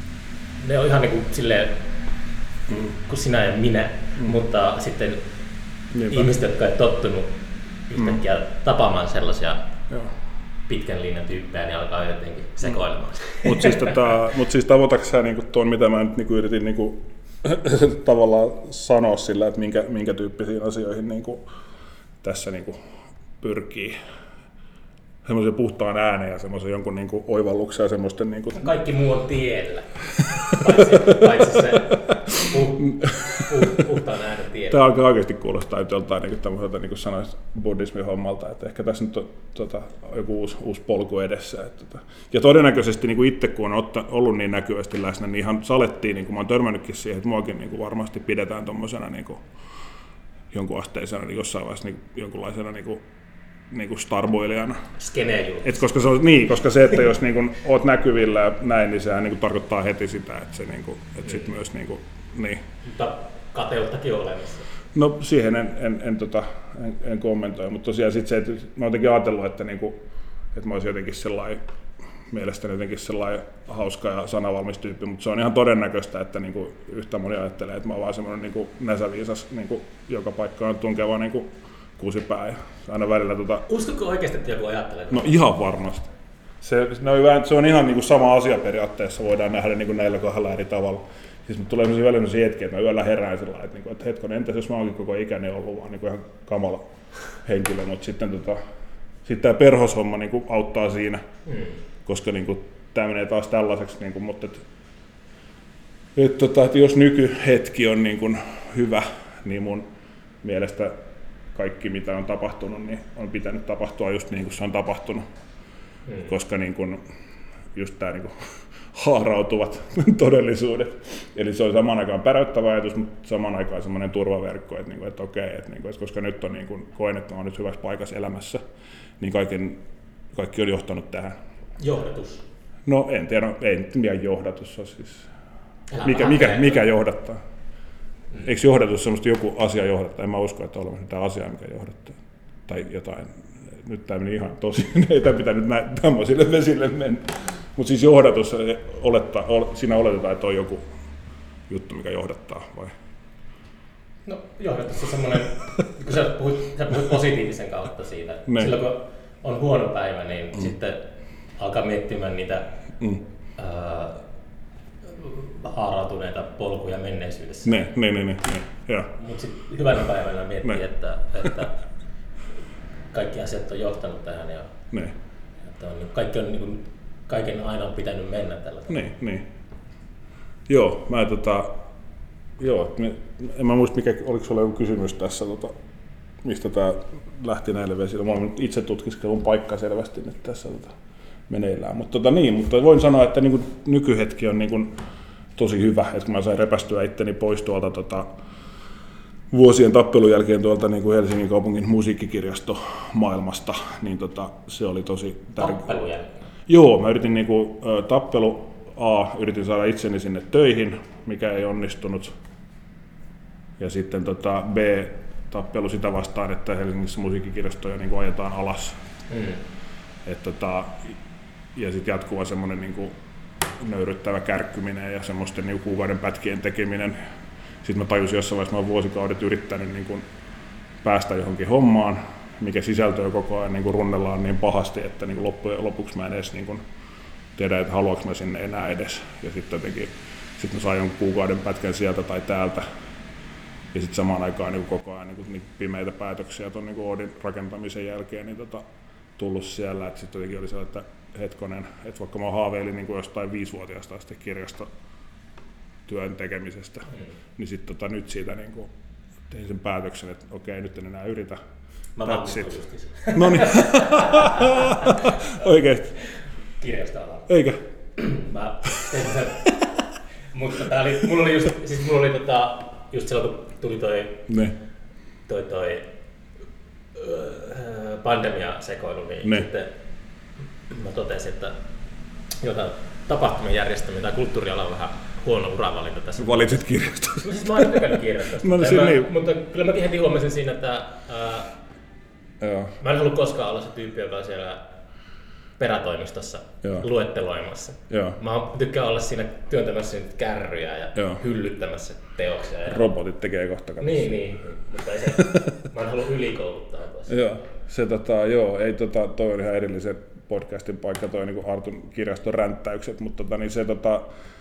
ne on ihan niin kuin silleen, mm. kuin sinä ja minä, mm. mutta sitten Niinpä. ihmiset, jotka ei tottunut yhtäkkiä mm. tapaamaan sellaisia Joo. pitkän linjan tyyppejä, niin alkaa jotenkin sekoilemaan. Mm. Mutta siis, tota, mut siis tavoitatko sä niinku tuon, mitä mä nyt niinku yritin niinku, tavallaan sanoa sillä, että minkä, minkä tyyppisiin asioihin niinku, tässä niinku, pyrkii? Semmoisen puhtaan ääneen ja semmoisen jonkun niinku oivalluksen ja semmoisten... Niinku... Kaikki muu on tiellä, paitsi, paitsi se puh, puh, puhtaan äänen tiellä. Tämä alkaa oikeasti kuulostaa joltain niinku tämmöiseltä, niin kuin sanoisi, buddhismin hommalta, että ehkä tässä nyt on tota, joku uusi, uusi polku edessä. Että, tota. Ja todennäköisesti niin kuin itse, kun on otta, ollut niin näkyvästi läsnä, niin ihan salettiin, niin kuin mä oon törmännytkin siihen, että muakin niin kuin varmasti pidetään tommosena niin kuin jonkun asteisena, niin jossain vaiheessa niin, jonkunlaisena niin kuin, niinku starboilijana. Et koska se on niin, koska se että jos niinku oot näkyvillä ja näin, niin sehän niinku tarkoittaa heti sitä, että se niinku että sit myös niinku niin. Mutta kateuttakin on olemassa. No siihen en en en tota en, en kommentoi, mutta tosiaan sit se että mä oon jotenkin ajatellut, että niinku että mä olisin jotenkin sellainen mielestäni jotenkin sellainen hauska ja sanavalmis tyyppi, mutta se on ihan todennäköistä, että niinku yhtä moni ajattelee, että mä oon vaan semmoinen niinku näsäviisas niinku joka paikkaan tunkeva niinku kuusipää ja aina välillä tota... Uskotko oikeasti, että joku ajattelee? No ihan varmasti. Se, se on ihan niin kuin sama asia periaatteessa, voidaan nähdä niin kuin näillä kahdella eri tavalla. Siis tulee sellaisia välillä hetkiä, että mä yöllä herään sillä lailla, että, että hetkonen, entäs jos mä oonkin koko ikäni ollut vaan niin kuin ihan kamala henkilö, mutta sitten tota, sit tämä perhoshomma niin kuin auttaa siinä, mm. koska niin kuin, tämä menee taas tällaiseksi, niin kuin, mutta et, et, tota, että jos nykyhetki on niin kuin hyvä, niin mun mielestä kaikki mitä on tapahtunut, niin on pitänyt tapahtua just niin kuin se on tapahtunut, mm. koska niin kuin, just tämä niin kuin haarautuvat todellisuudet. Eli se on samaan aikaan päräyttävä ajatus, mutta samaan aikaan semmoinen turvaverkko, että, niin kuin, että okei, että, niin kuin, että koska nyt on niin kuin, koen, että olen nyt hyvässä paikassa elämässä, niin kaiken, kaikki on johtanut tähän. Johdatus? No en tiedä, ei nyt mikään johdatus on siis. Mikä, mikä, mikä johdattaa? Eikö johdatus semmoista joku asia johdattaa? En mä usko, että on olemassa mitään asiaa, mikä johdattaa. Tai jotain. Nyt tämä meni ihan tosi. Ei tämä pitänyt näin tämmöisille vesille mennä. Mutta siis johdatus, olettaa, siinä oletetaan, että on joku juttu, mikä johdattaa, vai? No johdatus on semmoinen, kun sä puhut, sä puhut positiivisen kautta siitä. Ne. Silloin kun on huono päivä, niin mm. sitten alkaa miettimään niitä mm. ää, haarautuneita polkuja menneisyydessä. Ne, ne, ne, ne, ne. Mutta sitten hyvänä päivänä miettii, että, että kaikki asiat on johtanut tähän ja ne. Että on, kaikki on, niin kuin, kaiken aina on pitänyt mennä tällä tavalla. Niin, niin. Joo, mä tota, joo, me, en mä muista, mikä, oliko sulla joku kysymys tässä, tota, mistä tää lähti näille vesille. Mä olen itse tutkiskelun paikka selvästi nyt tässä tota, meneillään. Mutta tota, niin, mutta voin sanoa, että niin kuin, nykyhetki on niin kuin, tosi hyvä, että kun mä sain repästyä itteni pois tuolta tota, vuosien tappelun jälkeen tuolta niin kuin Helsingin kaupungin musiikkikirjastomaailmasta, niin tota, se oli tosi tärkeää. Tappelun jälkeen? Joo, mä yritin niin kuin, tappelu A, yritin saada itseni sinne töihin, mikä ei onnistunut. Ja sitten tota, B, tappelu sitä vastaan, että Helsingissä musiikkikirjastoja niin kuin ajetaan alas. Mm. Et, tota, ja sitten jatkuva semmoinen niin kuin nöyryttävä kärkkyminen ja semmoisten niin kuukauden pätkien tekeminen Sitten mä tajusin jossain vaiheessa, mä oon vuosikaudet yrittänyt niin kuin päästä johonkin hommaan, mikä sisältöä koko ajan niin kuin runnellaan niin pahasti, että niin kuin loppujen lopuksi mä en edes niin kuin tiedä, että haluanko mä sinne enää edes. Ja sitten jotenkin sit mä sain jonkun kuukauden pätkän sieltä tai täältä. Ja sitten samaan aikaan niin koko ajan niin niin pimeitä päätöksiä tuon niin Oodin rakentamisen jälkeen niin tota, tullut siellä. Sitten jotenkin oli sellainen, että hetkonen, että vaikka mä haaveilin niin jostain viisivuotiaasta asti kirjastotyön tekemisestä, mm. niin sitten tota, nyt siitä niin kuin tein sen päätöksen, että okei, nyt en enää yritä. Mä valmistuin justiin. No niin. Oikeesti. Kirjastoalalla. Eikä? Mä tein sen. Mutta tää oli, mulla oli just, siis mulla oli tota, just silloin kun tuli toi, ne. toi, toi öö, pandemia-sekoilu, niin ne. sitten mä totesin, että jotain tapahtumien järjestäminen tai kulttuuriala on vähän huono uravalinta tässä. Valitsit kirjastosta. No siis mä oon tykännyt kirjastosta. No, mä, niin. Mutta kyllä mäkin heti huomasin siinä, että ää, Joo. mä en halua koskaan olla se tyyppi, joka on siellä perätoimistossa Joo. luetteloimassa. Joo. Mä tykkään olla siinä työntämässä kärryjä ja Joo. hyllyttämässä teoksia. Ja Robotit tekee kohta kanssa. Niin, niin. Mutta ei se, mä en halua ylikouluttaa. Joo, se tota, joo, ei tota, toi on ihan erillisen podcastin paikka toi niin Artun kirjaston ränttäykset, mutta tota, niin se tota,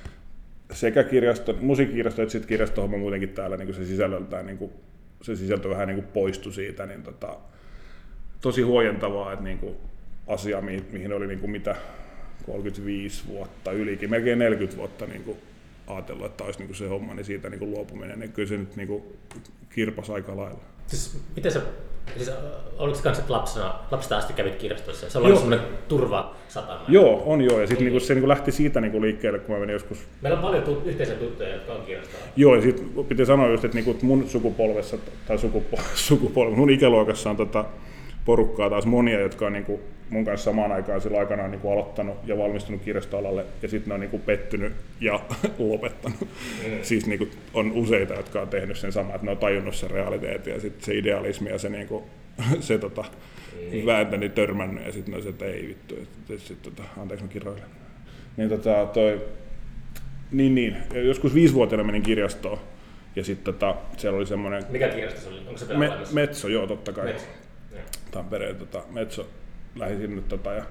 sekä kirjasto, musiikkikirjasto että sitten kirjastohomma muutenkin täällä niin se sisällöltään, niin kuin, se sisältö vähän niin kuin poistui siitä, niin tota, tosi huojentavaa, että niin kuin asia, mihin, mihin oli niin kuin mitä kolmekymmentäviisi vuotta ylikin, melkein neljäkymmentä vuotta niin kuin ajatellut, että olisi niin kuin se homma, niin siitä niin kuin luopuminen, niin kyllä se nyt niin kuin kirpasi aika lailla. Siis miten sä, siis oliko kans, että lapsena, lapsesta asti kävit kirjastossa? Se on ollut semmoinen turvasatama. Joo, on joo, ja sitten niin. niinku, se niinku lähti siitä niinku liikkeelle, kun mä menin joskus... Meillä on paljon tut- yhteisiä tuttuja, jotka on kirjastolla. Joo, ja sitten piti sanoa just, että niinku mun sukupolvessa, tai sukupo- sukupolvessa, mun ikäluokassa on tota porukkaa taas monia, jotka on niinku mun kanssa samaan aikaan sillä aikanaan niinku aloittanut ja valmistunut kirjastoalalle, ja sitten ne on niinku pettynyt ja lopettanut. Mm. Siis niinku on useita, jotka on tehnyt sen saman, että ne on tajunnut sen realiteetin, ja sitten se idealismi ja se, niinku, se tota, mm. vääntäni törmännyt, ja sitten ne on se, että ei vittu, että sit, tota, anteeksi mä kirjoilen. Niin, tota, toi, niin, niin, joskus viisivuotiaana menin kirjastoon, ja sitten tota, siellä oli semmoinen... Mikä kirjasto se oli? Onko se Me, Metso, joo, totta kai. Metso. Tampereen tota, Metso lähdin sinne tota, ja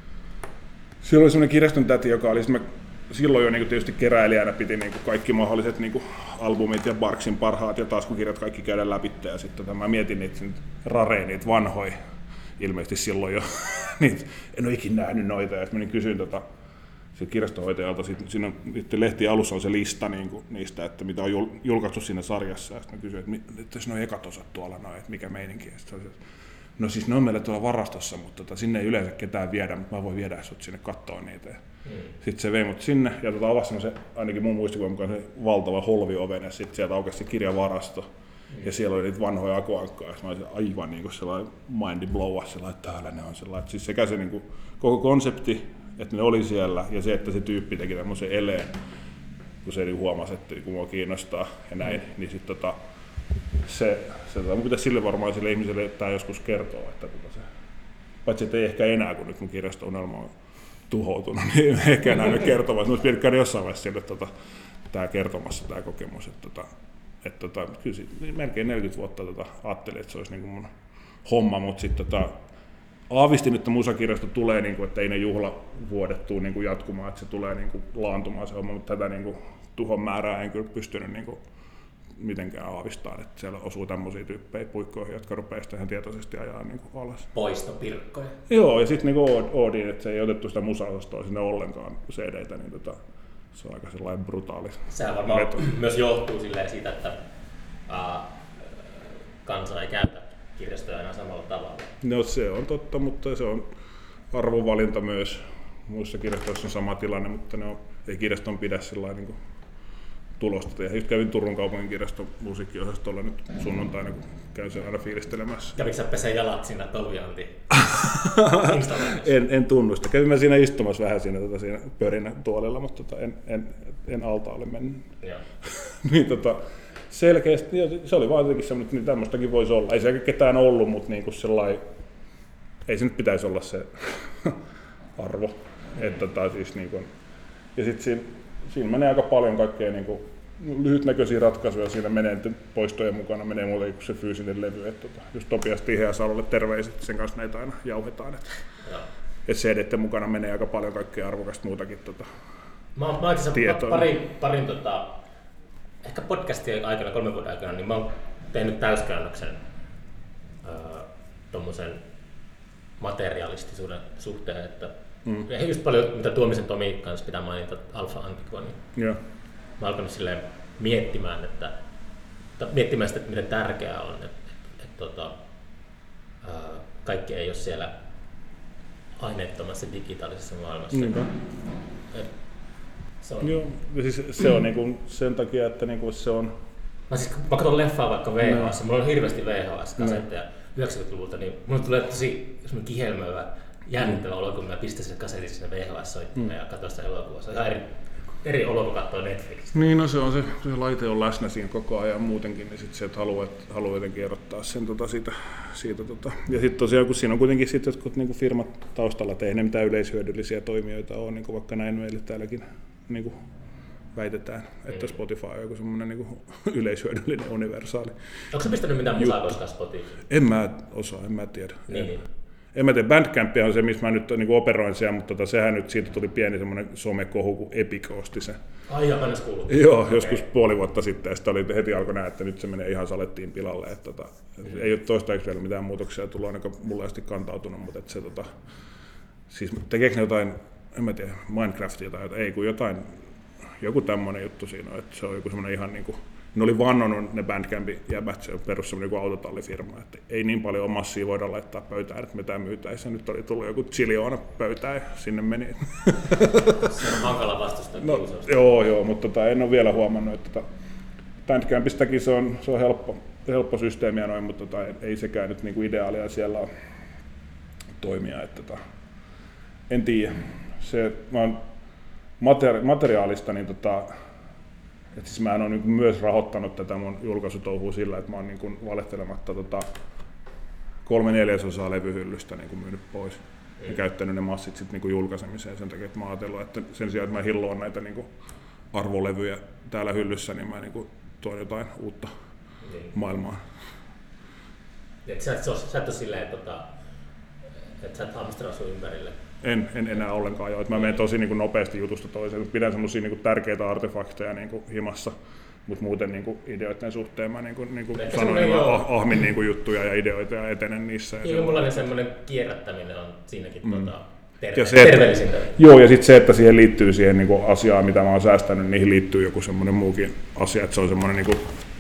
siellä oli semmoinen kirjaston täti, joka oli mä silloin jo niin tietysti keräilijänä piti niin kaikki mahdolliset niin albumit ja Barksin parhaat ja taskukirjat kaikki käydä läpi ja sitten tota, mä mietin niitä rareja, niitä vanhoja, ilmeisesti silloin jo, niitä, en ole ikinä nähnyt noita ja sitten menin kysyin tota, kirjastonhoitajalta, siinä lehti alussa on se lista niin kuin, niistä, että mitä on julkaistu siinä sarjassa ja sitten mä kysyin, että, että jos ne on ekat osat tuolla noin, että mikä meininki ja sitten no siis ne on meillä tuolla varastossa, mutta tota, sinne ei yleensä ketään viedä, mutta mä voin viedä sut sinne kattoon niitä. Mm. Sitten se vei mut sinne ja tota, avasi semmoisen, ainakin mun muistikuvan mukaan se valtava holvioven ja sitten sieltä aukesi se kirjavarasto. Mm. Ja siellä oli niitä vanhoja akuankkoja ja mä olisin aivan niin kuin sellainen mindy blow, sellainen, että täällä ne on sellainen. Siis sekä se niin kuin, koko konsepti, että ne oli siellä ja se, että se tyyppi teki tämmöisen eleen, kun se huomasi, että kun mua kiinnostaa ja näin, mm. niin sitten tota, se, se mun pitäisi sille varmaan sille ihmiselle tää joskus kertoa, että tota se, paitsi että ei ehkä enää, kun nyt mun kirjasto-unelma on tuhoutunut, niin ehkä enää nyt kertova, että olisi pitänyt käydä jossain vaiheessa sille tota, tää kertomassa tää kokemus, että tota, et, tota, kyllä melkein neljäkymmentä vuotta tota, ajattelin, että se olisi niinku mun homma, mutta sitten tota, aavistin, että musakirjasto tulee, niinku, että ei ne juhlavuodet tule niinku jatkumaan, että se tulee niinku laantumaan se homma, mutta tätä niinku, tuhon määrää en kyllä pystynyt niinku, mitenkään aavistaa, että siellä osuu tämmöisiä tyyppejä puikkoihin, jotka rupeaa sitä ihan tietoisesti ajaa niin kuin alas. Poistopirkkoja. Joo, ja sitten niin Oodin, että se ei otettu sitä musa-osastoa sinne ollenkaan C D:tä, niin tota, se on aika sellainen brutaali. Sehän varmaan veto. Myös johtuu siitä, että uh, kansa ei käytä kirjastoja enää samalla tavalla. No se on totta, mutta se on arvovalinta myös. Muissa kirjastoissa on sama tilanne, mutta ne on, ei kirjaston pidä sellainen niin kuin tulosta. Ja just kävin Turun kaupungin kirjaston musiikkiosastolla nyt sunnuntaina, kun käyn sen aina fiilistelemässä. Kävikö sä pesee jalat siinä Tovianti installaatiossa? en, en tunnusta. Kävin mä siinä istumassa vähän siinä, tota, siinä pörinä tuolilla, mutta tota, en, en, en altaalle mennyt. niin, tota, selkeästi, se oli vaan jotenkin semmoinen, että niin tämmöistäkin voisi olla. Ei se ketään ollut, mutta niin kuin sellai, ei se nyt pitäisi olla se arvo. Mm. Et, tota, siis, niin kuin, ja sitten siinä, siinä menee aika paljon kaikkea niin kuin lyhytnäköisiä ratkaisuja siinä menee poistojen mukana, menee muutenkin kuin se fyysinen levy. Että tota, just Topias Tiheäsalolle terveiset, sen kanssa näitä aina jauhetaan. Että, että C D:tten mukana menee aika paljon kaikkea arvokasta muutakin tota, mä oon, mä oon pari, parin tota, ehkä podcastien aikana, kolmen vuoden aikana, niin mä oon tehnyt täyskäännöksen öö, tommosen materialistisuuden suhteen, että mm. just paljon mitä Tuomisen Tomi kanssa pitää mainita Alpha Antiqua, niin yeah. mä oon alkanut silleen miettimään, että, miettimään sitä, että miten tärkeää on, että, että, että, että ää, kaikki ei ole siellä aineettomassa digitaalisessa maailmassa. Mm. Et, se on, Joo, siis se on niinku sen takia, että niinku se on... Mä, siis, mä katson leffaa vaikka V H S, no. mulla on hirveästi V H S-kasetteja no. yhdeksänkymmentäluvulta, niin mulle tulee tosi kihelmöivä, jännittävä olo, kun mä pistän sen kasetin sinne V H S-soittimeen mm. ja katson sitä elokuvaa. Se on ihan eri, eri olo, kun katsoo Netflixistä. Niin, no se on se, se laite on läsnä siinä koko ajan muutenkin, niin sitten se, että haluaa, haluaa jotenkin erottaa sen tota, siitä. siitä tota. Ja sitten tosiaan, kun siinä on kuitenkin sit jotkut niinku firmat taustalla tehneet, mitä yleishyödyllisiä toimijoita on, niin vaikka näin meille täälläkin niin väitetään, että Spotify on joku semmoinen niin yleishyödyllinen universaali. Onko sä pistänyt mitään musaa koskaan Spotify? En mä osaa, en mä tiedä. Niin, en. Niin. En mä tiedä, Bandcamp on se, missä mä nyt niin operoin siellä, mutta tota, sehän nyt siitä tuli pieni semmoinen somekohu, kun Epic osti sen. Ai joo, mä en kuullut. Joo, okay. Joskus puoli vuotta sitten, ja sitten oli, heti alkoi nähdä, että nyt se menee ihan salettiin pilalle. Että, tota, mm. Ei ole toistaiseksi vielä mitään muutoksia tullut ainakaan mulle asti kantautunut, mutta että se, tota, siis tekeekö ne jotain, en mä tiedä, Minecraftia tai jotain, ei kun jotain, joku tämmöinen juttu siinä on, että se on joku semmoinen ihan niin kuin, ne oli vannonut ne Bandcampin jäbät, se on perus semmoinen joku autotallifirma, että ei niin paljon massia voida laittaa pöytään, että me tämä myytäisiin. Nyt oli tullut joku chiljoona pöytään ja sinne meni. Se on hankala vastustaa no, kiusausta. Joo, joo, mutta tota, en ole vielä huomannut, että tota, Bandcampistäkin se on, se on helppo, helppo systeemiä noin, mutta tota, ei sekään nyt niinku ideaalia siellä on toimia. Että, tota, en tiedä. Se, mä oon materi- materiaalista, niin tota, et siis mä en ole niin myös rahoittanut tätä mun julkaisutouhua sillä, että mä oon niin valehtelematta tota kolme neljäsosaa levyhyllystä niin myynyt pois ja käyttänyt ne massit sit niin julkaisemiseen sen takia, että mä oon ajatellut, että sen sijaan, että mä hilloon näitä niin arvolevyjä täällä hyllyssä, niin mä niin tuon jotain uutta niin maailmaan. Et sä, sä et ole silleen, että, tota, että sä et hamstraa sun ympärille? En, en enää ollenkaan jo. Mä menen tosi niin kuin nopeasti jutusta toiseen. Pidän semmosia niin kuin tärkeitä artefakteja niin kuin himassa, mutta muuten niin kuin ideoiden suhteen mä niin kuin, niin kuin sanoin, mä ah, ahmin niin kuin juttuja ja ideoita ja etenen niissä. Ja jonkunlainen semmoinen kierrättäminen on siinäkin mm. tuota, terve- ja se, terveellisintä. Joo, ja sitten se, että siihen liittyy siihen niin kuin asiaan, mitä mä oon säästänyt, niihin liittyy joku semmoinen muukin asia, että se on semmoinen niin kuin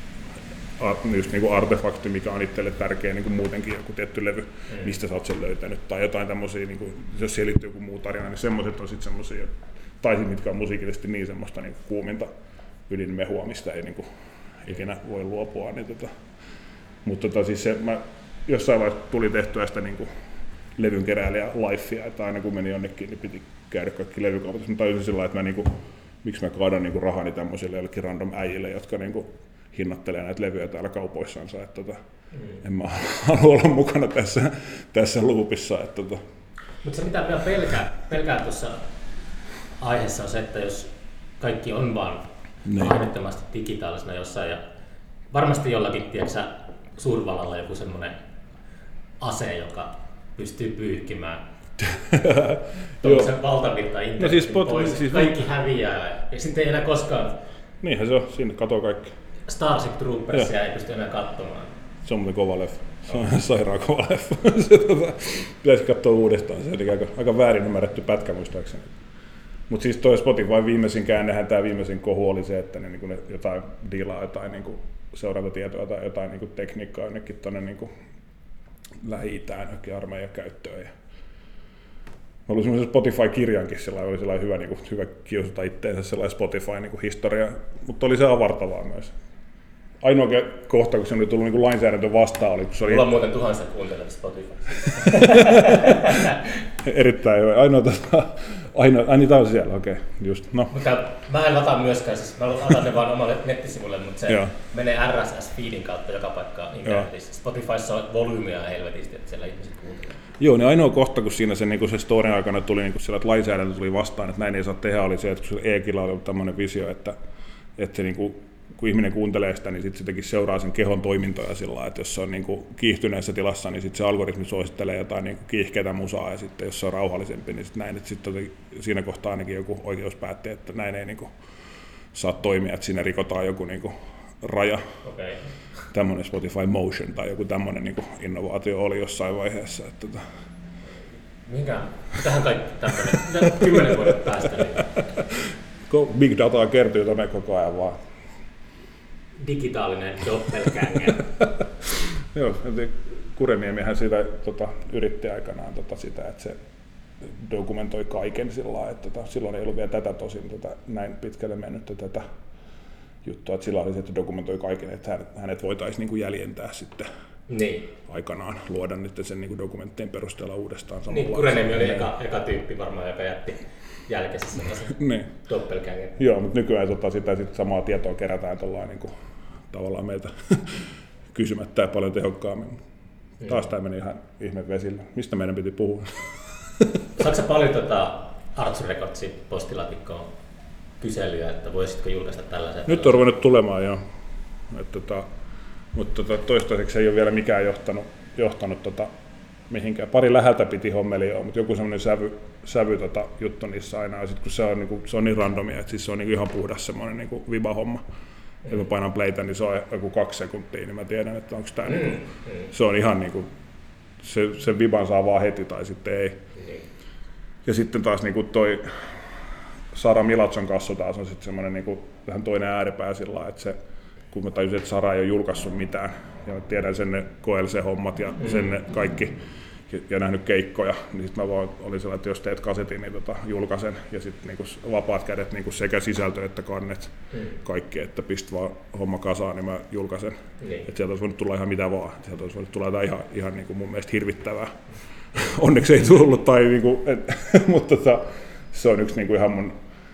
just niin kuin artefakti, mikä on itselle tärkeä niin kuin muutenkin joku tietty levy, mm. mistä sä oot sen löytänyt, tai jotain tämmöisiä, niin kuin, jos siihen liittyy joku muu tarina, niin semmoiset on sitten semmoisia, tai sit, mitkä on musiikillisesti niin semmoista niin kuuminta ydinmehua, mistä ei niin kuin, ikinä voi luopua. Niin tota. Mutta tota, siis se, mä jossain vaiheessa tuli tehtyä sitä niin kuin levyn keräilijä lifea, että aina kun meni jonnekin, niin piti käydä kaikki levykaupat. Mä tajusin sillä lailla, että mä, niin kuin, miksi mä kaadan niin kuin rahani tämmöisille jollekin random äijille, jotka niin kuin hinnoittelee näitä levyjä täällä kaupoissansa, että tota, mm. en mä halua olla mukana tässä, tässä loopissa. Tota. Mutta se mitä minä pelkään, pelkään tuossa aiheessa on se, että jos kaikki on vaan aineettomasti digitaalisena jossain ja varmasti jollakin tiedätkö, suurvallalla joku semmoinen ase, joka pystyy pyyhkimään tuollaisen valtavirta internetin no siis pois, siis kaikki niin häviää ja sitten ei enää koskaan. Niinhän se on, sinne katoo kaikki. Starship Troopersia ei pysty enää katsomaan. Se on muuten kova leffa. Se on sairaan kova leffa. Se, tota, pitäisi katsoa uudestaan. Se oli aika, aika väärin ymmärretty pätkä muistaakseni. Mutta siis toi Spotify viimeisin käännehän, tämä viimeisin kohu oli se, että ne, niin ne jotain diilaa jotain niin seurantatietoa tai jotain niin tekniikkaa jonnekin tuonne niin Lähi-Itään jokin armeijan käyttöön. Ja mä olin semmoisen Spotify-kirjankin, sillä oli sellainen hyvä, niin kuin, hyvä kiusata itteensä sellainen Spotify-historia, niin mutta oli se avartavaa myös. Ainoa kohta, kun se oli tullut niin kuin lainsäädäntö vastaan, oli kun se oli... Mulla on muuten tuhansia kuuntelijoita Spotify. Erittäin hyvä. Ainoa, tota, ainoa, ai niin, tämä on siellä, okei, okay, just, no. Mutta mä en lataa myöskään, siis mä lataan ne vaan omalle nettisivulle, mutta se Joo. menee R S S-feedin kautta joka paikkaan internetissä. Spotifyssa on volyymia helvetisti, että siellä ihmiset kuuntelevat. Joo, niin ainoa kohta, kun siinä se, niin se storin aikana tuli, niin siellä, että lainsäädäntö tuli vastaan, että näin ei saa tehdä, oli se, että kun E G L:llä oli tämmöinen visio, että että se niin kuin, kun ihminen kuuntelee sitä, niin sitten se jotenkin seuraa sen kehon toimintoja sillä lailla, että jos se on niin kuin kiihtyneessä tilassa, niin sitten se algoritmi suosittelee jotain niin kuin kiihkeätä musaa, ja sitten jos se on rauhallisempi, niin sitten näin, että sitten siinä kohtaa ainakin joku oikeus päätti, että näin ei niin kuin saa toimia, että siinä rikotaan joku niin kuin raja. Okay. Tämmöinen Spotify Motion tai joku tämmöinen niin kuin innovaatio oli jossain vaiheessa. Että tota. Minkä? Tähän kaikki tämmöinen kymmenen vuoden päästä. Niin. Big dataa kertyy tuonne koko ajan vaan. Digitaalinen doppelganger. Joo, Kureniemihän siitä tota, yritti aikanaan tota, sitä, että se dokumentoi kaiken sillä lailla, että tota, silloin ei ollut vielä tätä tosin tota, näin pitkälle mennyttä tätä juttua, että sillä oli se, että dokumentoi kaiken, että hänet, hänet voitaisiin niin kuin jäljentää sitten niin. aikanaan, luoda nyt sen niin kuin dokumenttien perusteella uudestaan. Niin, Kureniemi oli eka, eka tyyppi varmaan, joka jätti jälkeensä sellaisen niin. doppelganger. Joo, mutta nykyään tota, sitä sit samaa tietoa kerätään tollain, niin kuin, tavallaan meiltä kysymättä ja paljon tehokkaammin. Mm. Taas tämä meni ihan ihme vesille. Mistä meidän piti puhua? Saatko paljon tota Arts Recordsin postilaatikkoon kyselyä, että voisitko julkaista tällaisen? Nyt on ruvennut tulemaan jo. Et, tota, mutta tota, toistaiseksi ei ole vielä mikään johtanut, johtanut tota, mihinkään. Pari läheltä piti hommelia, mutta joku semmoinen sävy, sävy tota, juttu niissä aina. Ja sit, kun se on, niinku, se on niin randomia, että siis se on niinku ihan puhdas semmoinen niinku viba-homma. Mm. Ja kun painan playtä, niin se on joku kaksi sekuntia, niin mä tiedän, että onko tämä... Mm. Niinku, mm. Se on ihan niinku... Se, sen viban saa vaan heti tai sitten ei. Mm. Ja sitten taas niinku toi Sara Milatson kassu taas on sitten semmoinen niinku vähän toinen ääripää sillä lailla, että se... Kun mä tajusin, että Sara ei ole julkaissut mitään, ja mä tiedän sen ne K L C-hommat ja mm. sen ne kaikki, ja, ja nähnyt keikkoja, niin sitten mä vaan olin sellainen, että jos teet kasetin, niin tota, julkaisen, ja sitten niinku vapaat kädet niinku sekä sisältö että kannet, mm. kaikki, että pist vaan homma kasaan, niin mä julkaisen. Mm. Että sieltä olisi voinut tulla ihan mitä vaan, sieltä olisi voinut tulla jotain ihan, ihan niinku mun mielestä hirvittävää. Onneksi ei tullut, tai niinku, et, mutta tota, se on yksi niinku ihan mun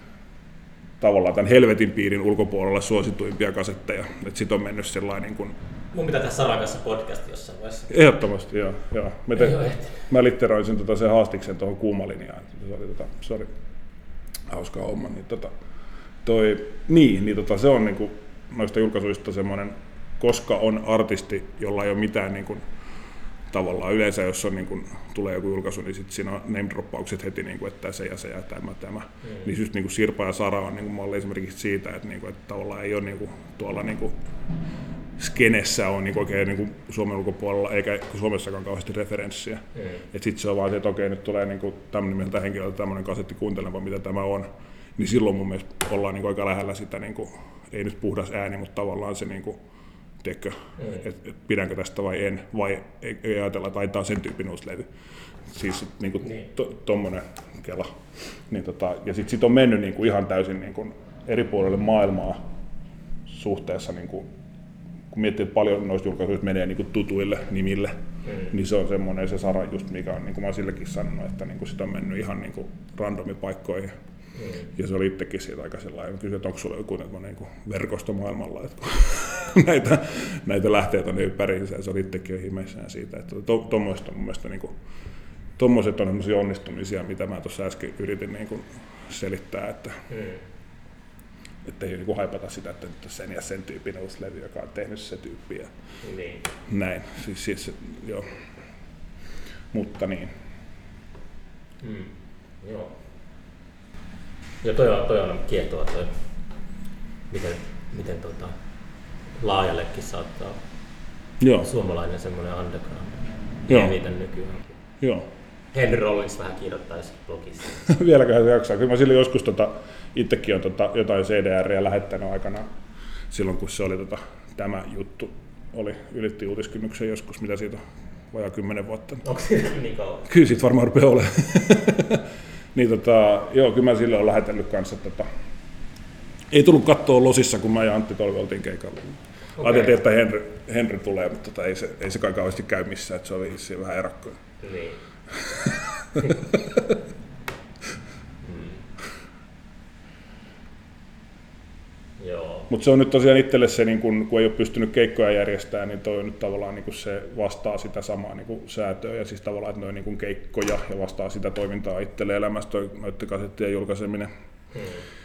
tavallaan tämän helvetin piirin ulkopuolella suosituimpia kasetteja. Että sit on mennyt sellainen niin kuin... Mun pitää tehdä Saran kanssa podcast jossain vaiheessa. Ehdottomasti, joo. joo. Mä, te... Mä litteroisin tota sen haastiksen tuohon kuumalinjaan. Se oli, tota, se oli hauska homma. Niin, tota, toi... niin, niin tota, se on niin kuin, noista julkaisuista semmoinen, koska on artisti, jolla ei ole mitään niin kuin, tavallaan yleensä, jos on, niin kun, tulee joku julkaisu, niin sitten siinä on name-droppaukset heti, niin kun, että se ja se ja tämä, tämä. Mm. Niin just niin Sirpa ja Sara on niin malli esimerkiksi siitä, että, niin kun, että tavallaan ei ole niin kun, tuolla niin kun, skenessä on niin oikein niin Suomen ulkopuolella, eikä Suomessakaan kauheasti referenssiä. Mm. Että sitten se on vaan se, että okei, nyt tulee niin tämmöinen mieltä henkilöltä tämmöinen kasetti kuuntelemaan, mitä tämä on. Niin silloin mun mielestä ollaan niin aika lähellä sitä, niin kun, ei nyt puhdas ääni, mutta tavallaan se niin kun, Teekö, mm. et, et pidänkö tästä vai en, vai ei, ei ajatella, että tämä on sen tyyppinen uusi levy. Siis niin kuin niin. Tuommoinen kela. Niin, tota, ja sitten sit on mennyt niin kuin ihan täysin niin kuin eri puolille maailmaa suhteessa, niin kuin, kun miettii, että paljon noista julkaisuista menee niin kuin tutuille nimille, mm. niin se on semmoinen se Sara just, mikä on, niin kuin mä oon sillekin sanonut, että niin kuin sit on mennyt ihan niin kuin randomipaikkoihin. Mm. Ja se oli itsekin siitä aika sellainen, kysyin, että onko sulla joku niin kuin verkosto maailmalla, että näitä, näitä lähteitä on ympäriinsä, ja se oli itsekin jo ihmeissään siitä, että tuommoiset to, on mun mielestä niin kuin, tommoiset on sellaisia onnistumisia, mitä mä tuossa äsken yritin niin kuin selittää, että mm. että ei niin kuin haipata sitä, että nyt on sen ja sen tyyppinen uusi levy, joka on tehnyt se tyyppi ja niin. Näin, siis, siis joo, mutta niin. Mm. Joo. Ja toi on, toi on kiehtova toi, miten, miten tota, laajallekin saattaa Joo. suomalainen semmoinen underground levitä nykyään. Joo. Henry Rollins vähän kirjoittaisi blogissa. Vieläköhän se jaksaa. Kyllä mä silloin joskus tota, itsekin on tota, jotain C D R:ää lähettänyt aikanaan silloin, kun se oli tota, tämä juttu. Oli ylitti uutiskynnyksen joskus, mitä siitä on vajaa kymmenen vuotta. Onko siitä niin kauan? Kyllä siitä varmaan rupeaa olemaan. Niin tota, joo, kyllä mä sille olen lähetellyt kanssa, tota, ei tullut katsoa Losissa, kun mä ja Antti Tolvi oltiin keikalla. Okay. Ajateltiin, että Henry, Henry tulee, mutta tota, ei, se, ei se kai kauheasti käy missään, että se oli vissiin vähän erakkoja. Niin. Joo. Mutta se on nyt tosiaan itselle se, niin kun, kun ei ole pystynyt keikkoja järjestämään, niin toi on nyt tavallaan niin se vastaa sitä samaa niin säätöä ja siis tavallaan, että noin niin keikkoja ja vastaa sitä toimintaa itselle elämässä toi noiden kasettien julkaiseminen. Hmm.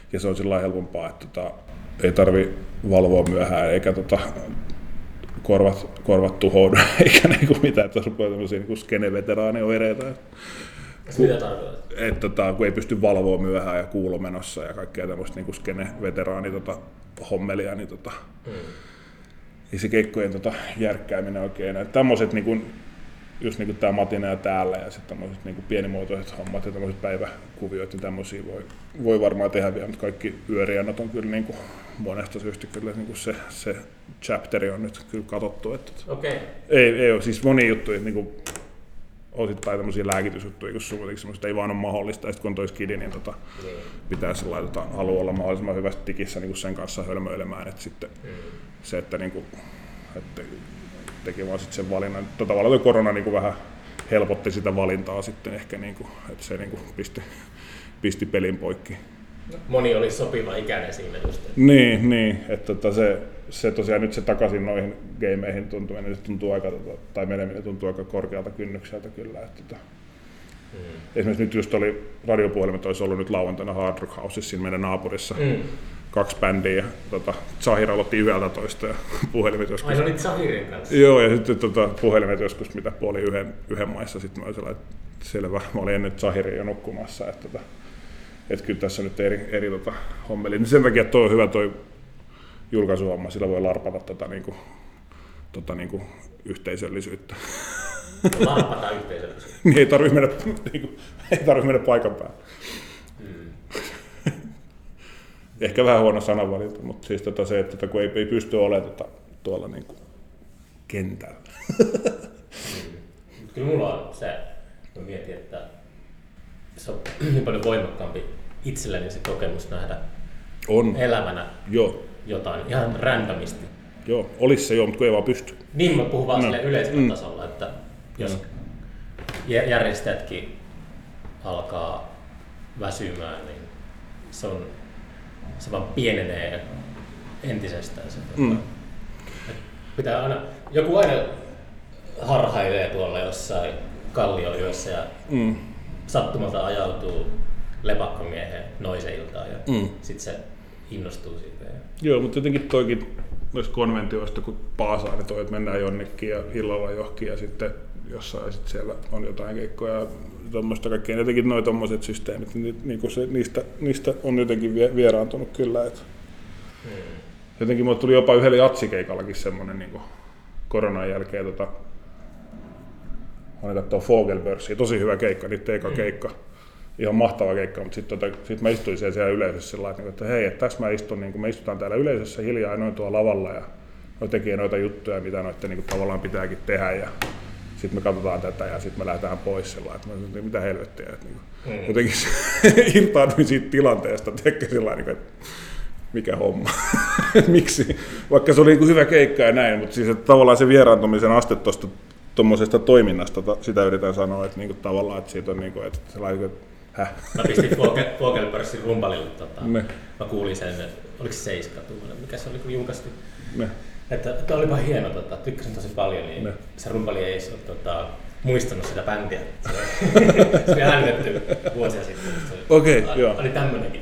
ja se on sillä helpompaa, että tota, ei tarvi valvoa myöhään eikä tota, korvat, korvat tuhoudu eikä niinku mitään, että rupeaa tämmöisiä niinku skene-veteraaneoireita. Mitä tarkoitat? Että tota, kun ei pysty valvoa myöhään ja kuulo menossa ja kaikkea tämmöistä niinku skene-veteraani tota, hommelia, niin tota, hmm. ei se keikkojen tota, järkkääminen oikein enää. Tämmöiset niinku, just niinku tää Matina ja täällä ja sitten tämmöiset niinku pienimuotoiset hommat ja tämmöiset päiväkuvioit, niin tämmöisiä voi, voi varmaan tehdä vielä, mutta kaikki yöriannat on kyllä niinku monesta syystä kyllä niinku se, se chapteri on nyt kyllä katsottu. Että okay. ei, ei ole siis monia juttuja, niinku, osittain tämmöisiä lääkitysjuttuja, kun semmoista ei vaan ole mahdollista, ja sitten kun on toi skidi, niin tota, mm. pitää sellainen, tota, halua olla mahdollisimman hyvässä tikissä niin sen kanssa hölmöilemään, että sitten mm. se, että, niin kuin, että teki vaan sitten sen valinnan. Tota, tavallaan korona niin kuin vähän helpotti sitä valintaa sitten ehkä, niin kuin, että se niin kuin pisti, pisti pelin poikki. Moni oli sopiva ikäinen siinä just. Niin, niin että tota, se, se tosiaan nyt se takaisin noihin gameihin tuntuu, niin se tuntuu aika, tai meneminen tuntuu aika korkealta kynnykseltä kyllä. Että, että. Mm. Esimerkiksi nyt just oli radiopuhelimet, olisi ollut nyt lauantaina Hard Rock Housessa siinä meidän naapurissa. Mm. Kaksi bändiä ja tota, Zahir aloitti yhdeltä toista ja puhelimet joskus. Ai, olit Zahirin kanssa? Joo, ja sitten tota, puhelimet joskus mitä puoli yhden, yhden maissa. Sitten mä olin sellainen, että selvä, mä olin ennen Zahirin jo nukkumassa. Että, että, että kyllä tässä nyt eri, eri tota, hommeli. Niin sen takia toi on hyvä toi julkaisuhomma, sillä voi larpata tota, niinku, tota, niinku, yhteisöllisyyttä. Larpata yhteisöllisyyttä? Niin ei tarvitse mennä, niinku, ei tarvitse mennä paikan päälle. Mm. Ehkä vähän huono sananvalinta, mutta siis tota se, että kun ei, ei pysty olemaan tota, tuolla niinku, kentällä. Mm. Kyllä mulla on se, mä mietin, että se on niin paljon voimakkaampi itselleni se kokemus nähdä on. Elämänä Joo. jotain ihan randomisti. Joo, olisi se joo, mutta kun ei vaan pysty. Niin, mä puhun vaan no. sille yleisellä mm. tasolla, että jos no. järjestäjätkin alkaa väsymään, niin se, on, se vaan pienenee entisestään. Se, mm. pitää aina, joku aina harhailee tuolla jossain kallioyössä ja mm. sattumalta ajautuu lepakkomiehen noiseiltaan ja mm. sitten se innostuu siitä. Ja... Joo, mutta jotenkin toikin noista konventioista, kun paasaa, niin toi, että mennään jonnekin ja illalla johonkin ja sitten jossain ja sitten siellä on jotain keikkoja ja tuommoista kaikkea. Jotenkin noi tommoset systeemit, niin, niin se, niistä, niistä on jotenkin vieraantunut kyllä. Että hmm. Jotenkin mulle tuli jopa yhdellä jatsikeikallakin semmoinen niin koronan jälkeen, tota, olen katsoa Fogelbörssiä, tosi hyvä keikka, niitä eka hmm. keikka. Ihan mahtava keikka, mutta sitten tota, sit mä istuin siellä, siellä yleisössä sillä lailla, että hei, että tässä mä istun, niin me istutaan täällä yleisössä hiljaa ja noin tuolla lavalla ja noi tekee noita juttuja, mitä noiden niin tavallaan pitääkin tehdä ja sitten me katsotaan tätä ja sitten me lähdetään pois sillä lailla, että mä sanoin, mitä helvettiä, että niin, mm. jotenkin irtauduin siitä tilanteesta, tiedätkö sillä lailla, että mikä homma, miksi, vaikka se oli niin hyvä keikka ja näin, mutta siis että tavallaan se vieraantumisen aste tuosta tuommoisesta toiminnasta, sitä yritän sanoa, että niin kuin, tavallaan, että siitä on niin kuin, että sellainen, että häh? Mä pistin Fogelbörssin rumpalille, tota, mä kuulin sen, oliko se Seiska tuollainen, mikä se oli kun julkaistiin, ne. Että tämä olipa hieno, tota, tykkäsin tosi paljon, niin ne. Se rumpali ei ole tota, muistanut sitä bändiä, se, se oli äänitetty vuosia sitten, okei, okay, joo. Oli tämmönenkin.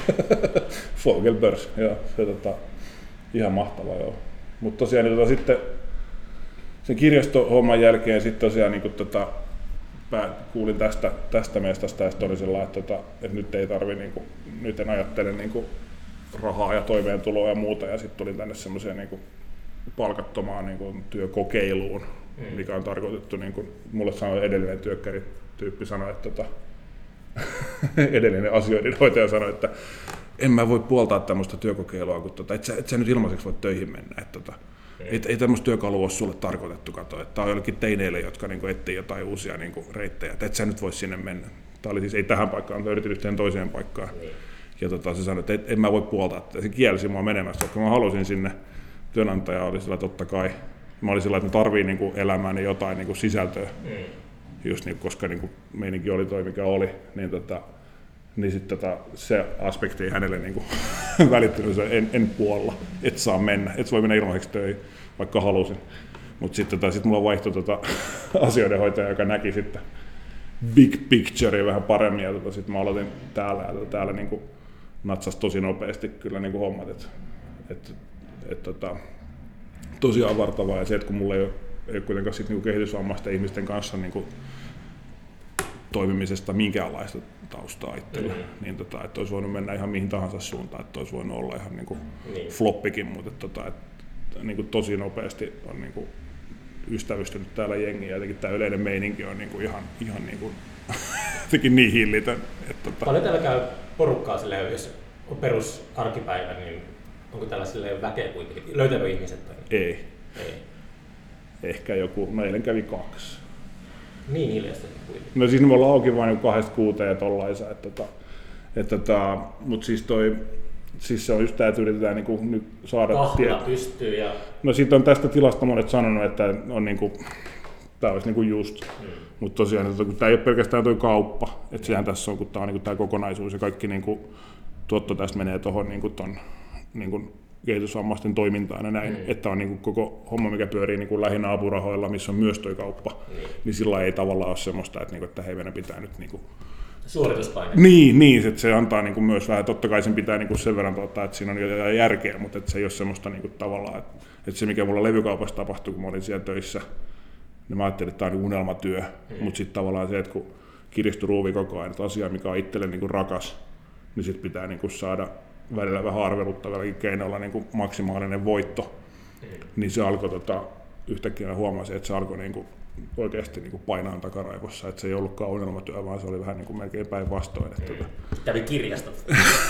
Fogelbörs, joo, se tota, ihan mahtava joo, mutta tosiaan niin, tota, sitten sen kirjastohomman jälkeen sitten tosiaan niin kuin, tota, kuulin tästä, tästä mestasta ja sitten oli sellainen, että, tota, että nyt ei tarvi, niin kuin, nyt en ajattele niin kuin, rahaa ja toimeentuloa ja muuta ja sitten tulin tänne semmoiseen niin kuin, palkattomaan niin kuin, työkokeiluun, mm. mikä on tarkoitettu, niin kuin, mulle sanoi edellinen työkkärityyppi sanoi, että tota, edellinen asioinninhoitaja sanoi, että en mä voi puoltaa tämmöistä työkokeilua, kun tota, et, sä, et sä nyt ilmaiseksi voi töihin mennä. Että, tota, Ei, ei tämmöistä työkalua ole sulle tarkoitettu, kato, että tämä on jollekin teineille, jotka niin etsii jotain uusia niin kuin, reittejä, että et sä nyt voi sinne mennä. Tämä oli siis ei tähän paikkaan, mutta yritin yhteen toiseen paikkaan. Niin. Ja tota, se sanoi, että et, en mä voi puoltaa, että se kielsi mua menemästä, koska mä halusin sinne, työnantaja oli sillä totta kai. Mä olin sillä, että mä tarviin niin kuin, elämään jotain niin kuin, sisältöä, mm. just niin, koska niin kuin, meininki oli toi, mikä oli. Niin, tota, niin sitten tota, se aspekti ei hänelle niin kuin, välittynyt, en, en puolla, et saa mennä, et voi mennä ilmaiseksi töihin, vaikka halusin. Mutta sitten tota, sit mulla vaihtui tota, asioidenhoitaja, joka näki sitten big picturea vähän paremmin, ja tota, sitten mä aloitin täällä, ja tota, täällä niin kuin, natsasi tosi nopeasti kyllä niin kuin hommat. Et, et, et, tota, tosi avartavaa ja se, että kun mulla ei ole, ei ole kuitenkaan sit, niin kuin kehitysvammaisten ihmisten kanssa niin kuin toimimisesta minkäänlaista taustaa itsellä, mm-hmm. niin tota, että olisi voinut mennä ihan mihin tahansa suuntaan, että olisi voinut olla ihan niin kuin niin. floppikin, mutta tota, että, niin kuin tosi nopeasti on niin kuin ystävystynyt täällä jengi ja jotenkin tämä yleinen meininki on niin kuin ihan, ihan niin, kuin jotenkin niin hillitön. Että, tota... Paljon täällä käy porukkaa silleen, jos on perusarkipäivä, niin onko täällä silleen väkeä kuitenkin? Löytääkö ihmiset? Tai? Ei. Ei. Ehkä joku, no eilen kävi kaksi. Niin hiljaista kuitenkin. No siis me ollaan auki vain kahdesta kuuteen ja tollaisa, että, että, että, että mutta siis toi, siis se on just tää, että yritetään niinku nyt saada kahvila pystyy ja... No siitä on tästä tilasta monet sanonut, että on niinku, tää olisi niinku just, hmm. mutta tosiaan, että kun tää ei ole pelkästään toi kauppa, että sehän tässä on, kun tää on niinku tää kokonaisuus ja kaikki niinku tuotto tästä menee tohon niinku ton niinku kehitysvammaisten toimintaan ja näin, mm. että on niin koko homma, mikä pyörii niin lähinnä apurahoilla, missä on myös toi kauppa, mm. niin sillä ei tavallaan ole semmoista, että, niin, että hei, meidän pitää nyt... Niin kuin... Suorituspaine. Niin, niin että se antaa niin kuin myös vähän, totta kai sen pitää niin kuin sen verran tuottaa, että siinä on jotain järkeä, mutta että se ei ole semmoista niin kuin tavallaan, että, että se mikä mulla levykaupassa tapahtui, kun mä olin siellä töissä, niin mä ajattelin, että tämä on niin unelmatyö, mm. mutta sitten tavallaan se, että kun kiristyi ruuvi koko ajan, että asia, mikä on itselle niin kuin rakas, niin sitten pitää niin kuin saada välillä vähän arveluttavillakin keinoilla niin kuin maksimaalinen voitto, mm. niin se alkoi tota, yhtäkkiä huomasin, että se alkoi niin kuin oikeasti niin kuin painaa takaraivossa, että se ei ollutkaan unelmatyö, vaan se oli vähän niin kuin melkein päinvastoin. Mm. Tota... Kävi kirjastot.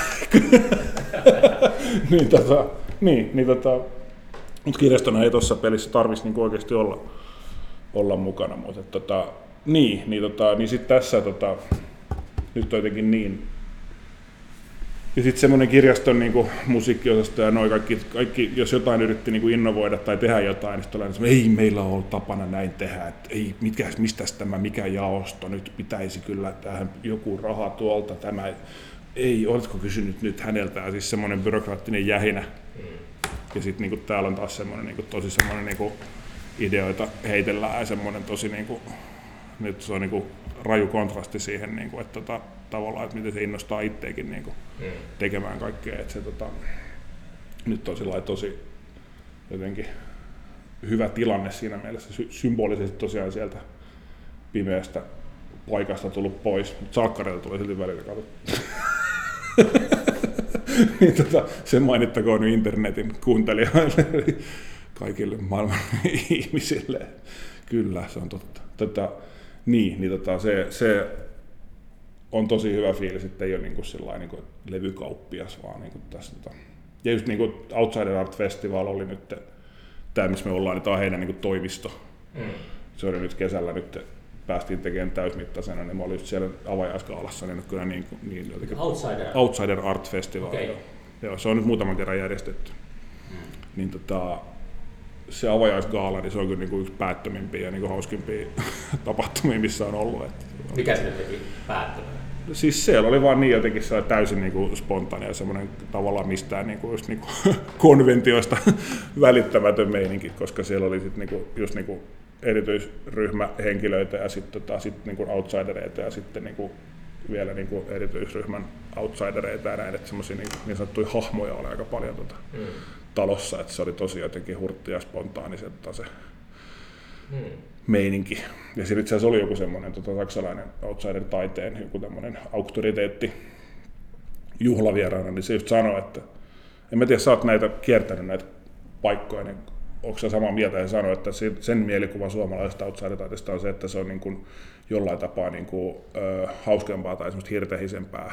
niin, tota, niin, niin tota, mutta kirjastona ei tuossa pelissä tarvitsisi niin kuin oikeasti olla, olla mukana, mutta tota, niin, niin, tota, niin sitten tässä tota, nyt on jotenkin niin. Ja sitten semmoinen kirjaston niin kuin, musiikkiosasto ja noi kaikki, kaikki, jos jotain yritti niin kuin innovoida tai tehdä jotain, niin sitten oli, ei meillä ole ollut tapana näin tehdä, että ei, mitkä, mistäs tämä, mikä jaosto, nyt pitäisi kyllä tähän joku raha tuolta, tämä, ei, oletko kysynyt nyt häneltä, ja siis semmoinen byrokraattinen jähinä. Mm. Ja sitten niin täällä on taas semmoinen niin kuin, tosi semmoinen niin kuin, ideoita heitellään ja semmoinen tosi, niin kuin, nyt se on niin kuin, raju kontrasti siihen, niin kuin, että tota, tavallaan, että miten se innostaa itseäkin niin kuin, mm. tekemään kaikkea. Että se, tota, nyt on sillä tosi jotenkin hyvä tilanne siinä mielessä, sy- symbolisesti tosiaan sieltä pimeästä paikasta tullut pois, mutta salkkareilta tulee silti välillä katsottu. niin, tota, se mainittakoon nyt internetin kuuntelijoille, kaikille maailman ihmisille. Kyllä, se on totta. Tota, niin, niin tota, se, se on tosi hyvä fiilis, että ei ole niin kuin sellainen niin kuin levykauppias, vaan niin kuin tässä. Tota. Ja just niin kuin Outsider Art Festival oli nyt, tämä missä me ollaan, niin tämä on heidän niin kuin toimisto. Mm. Se oli nyt kesällä, nyt päästiin tekemään täysmittaisena, niin mä olin just siellä avajaiskaalassa, niin kyllä niin, niin jotenkin... Outsider? Outsider Art Festival. Okay. Joo, se on nyt muutaman kerran järjestetty. Mm. Niin tota, se avajaisgaala, niin se on kyllä niin kuin yksi päättömimpiä ja niin kuin hauskimpia tapahtumia, missä on ollut. Että, mikä sinne teki päättömän? Siis siellä oli vaan niin jotenkin täysin niin kuin spontaania ja semmoinen tavallaan mistään niin kuin just niin kuin konventioista välittämätön meininki, koska siellä oli sit niin kuin, just niin kuin erityisryhmähenkilöitä ja sitten tota, sit niin kuin outsidereita ja sitten niin kuin vielä niin kuin erityisryhmän outsidereita ja näin, että semmoisia niin, niin sanottuja hahmoja oli aika paljon tota, mm. talossa, että se oli tosi jotenkin hurtti ja spontaani se, tota, se mm. meininki. Ja siinä itse asiassa oli joku semmoinen tota, saksalainen outsider-taiteen joku tämmöinen auktoriteetti juhlavieraana, niin se just sanoi, että en mä tiedä, sä oot näitä kiertänyt näitä paikkoja, niin onko sä samaa mieltä, ja sanoi, että sen mielikuva suomalaisesta outsider-taiteesta on se, että se on niin kuin jollain tapaa niin kuin, ö, hauskempaa tai semmoista hirtehisempää.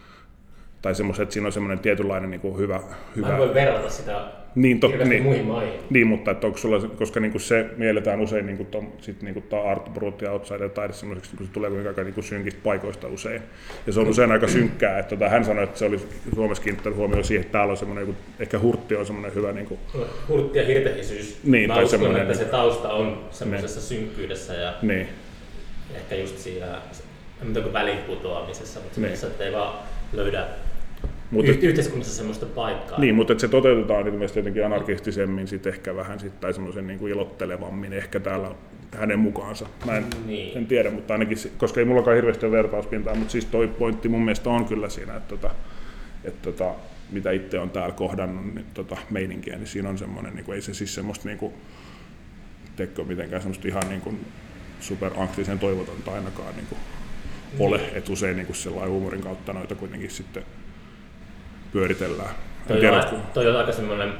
Tai semmoista, että siinä on semmoinen tietynlainen niin kuin hyvä... hyvä... Mä en voi verrata sitä niin, tot, hirveästi niin, muihin maihin. Niin, mutta että onko sulla, koska niin kuin se mielletään usein niin kuin ton, sit niin kuin art brut ja outsider taide semmoiseksi, kun se tulee kuitenkin aika niin kuin synkistä paikoista usein. Ja se on usein aika synkkää, että tota, hän sanoi, että se oli Suomessa kiinnittänyt huomioon siihen, että täällä on semmoinen, ehkä hurtti on semmoinen hyvä... Niin kuin... Hurtti ja hirtehisyys. Niin, mä tai uskon, että niin, se tausta on semmoisessa niin. synkkyydessä ja niin. ehkä just siinä, en tiedä väliinputoamisessa, mutta niin. että ei vaan löydä Mutta, yhteiskunnassa semmoista paikkaa. Niin, mutta se toteutetaan ilmeisesti jotenkin anarkistisemmin, sit ehkä vähän sit, tai semmoisen niin kuin ilottelevammin ehkä täällä hänen mukaansa. Mä en, niin. en tiedä, mutta ainakin, koska ei mullakaan hirveästi ole vertauspintaa, mutta siis toi pointti mun mielestä on kyllä siinä, että, tota, että tota, mitä itse on täällä kohdannut niin, tota, meininkiä, niin siinä on semmoinen, niin kuin, ei se siis semmoista niin kuin, tekkö mitenkään semmoista ihan niin kuin, superanktisen toivotonta ainakaan niin kuin, ole, mm. että usein niin kuin sellainen huumorin kautta noita kuitenkin sitten pyöritellään. Toi, tiedä, on, toi on aika semmoinen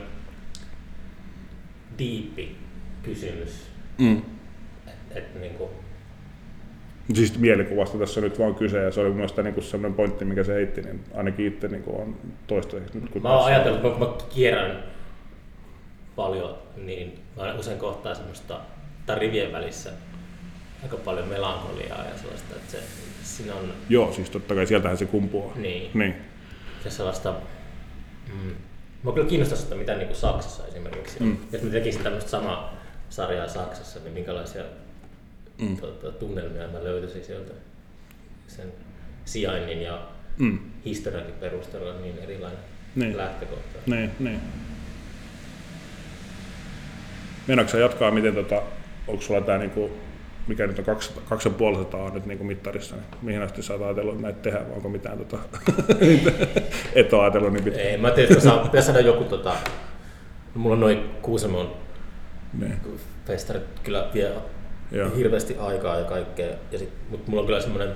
diippi kysymys. Mm. Et, et, niin kuin... Siis mielikuvasta tässä on nyt vaan kyse, ja se oli mun mielestä niin semmoinen pointti, mikä se heitti, niin ainakin itse niin on toistaiseksi. Nyt, kun mä oon ajatellut, että kun mä kierrän paljon, niin mä usein kohtaan semmoista, tai rivien välissä, aika paljon melankoliaa ja sellaista, että se, siinä on... Joo, siis totta kai sieltähän se kumpuaa. Niin. niin. Se sellaista... Mm, mä kyllä kiinnostaisi sitä, mitä niin kuin Saksassa esimerkiksi on. Mm. Jos mä tekisin tämmöistä samaa sarjaa Saksassa, niin minkälaisia mm. tuota, tunnelmia mä löytäisin sieltä sen sijainnin ja mm. historiankin perusteella niin erilainen niin. lähtökohta. Niin, niin. Meinaatko sä jatkaa, miten tota, onko sulla tää niinku, mikä nyt on kaksisataaviisikymmentä on nyt niinku mittarissa, niin mihin asti sä oot ajatellut näitä tehdä, vai onko mitään tota, et ole ajatellut niin pitkään? Ei, mä tiedän, että saa, pitäisi saada joku, tota, mulla on noin Kuusamon niin. festarit kyllä vie Joo. hirveästi aikaa ja kaikkea, ja sit, mutta mulla on kyllä semmoinen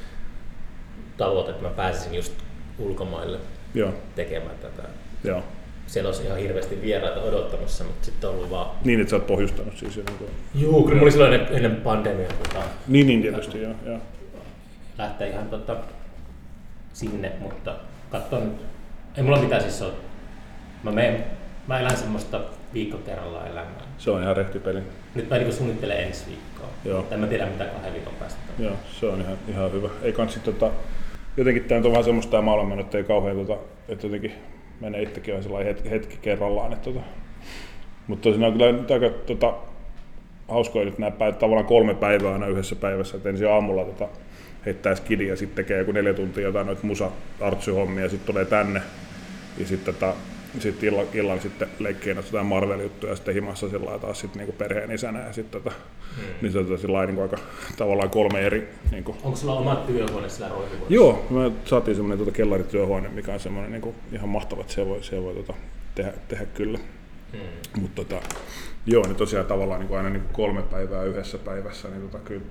tavoite, että mä pääsisin just ulkomaille Joo. tekemään tätä. Joo. Siellä olisi ihan hirveästi vieraita odottamassa, mutta sitten on ollut vaan... Niin, että sä oot pohjustanut siis jotenkin. Juu, kyllä mulla oli silloin ennen, ennen pandemiaa. Tota, niin, niin tietysti, joo. joo. Lähtee ihan tota, sinne, mutta katson nyt. Ei mulla mitään siis ole. Mä, meen, mä elän semmoista viikko kerrallaan elämää. Se on ihan rehti peli. Nyt mä niin suunnittelen ensi viikkoa. Joo. En mä tiedä mitä kahden viikon päästä. Joo, se on ihan, ihan hyvä. Ei kans tota, jotenkin tää on vähän semmoista tää maailman, että ei kauhean tota, että jotenkin menee itsekin on sellainen hetki, hetki kerrallaan. Että, tota. Mutta tosiaan kyllä nyt aika tota, hauskoja nyt nämä päivät, tavallaan kolme päivää aina yhdessä päivässä. Et ensin aamulla tota, heittää skidi ja sitten tekee joku neljä tuntia jotain noita musa-artsyhommia ja sitten tulee tänne. Ja sitten tota, sit illalla, illalla sitten leikkii jotain Marvel-juttuja ja sitten himassa sillä taas sit niinku perheen isänä. Ja sit, tota, hmm. niin se on sillä niinku aika tavallaan kolme eri... Niinku. Onko sulla oma työhuone sillä roihuvuodessa? Joo, me saatiin semmoinen tota kellarityöhuone, mikä on semmoinen niinku ihan mahtava, että se voi, se voi tota, tehdä, tehdä kyllä. Hmm. Mutta tota, joo, niin tosiaan tavallaan niinku aina niinku kolme päivää yhdessä päivässä, niin tota, kyllä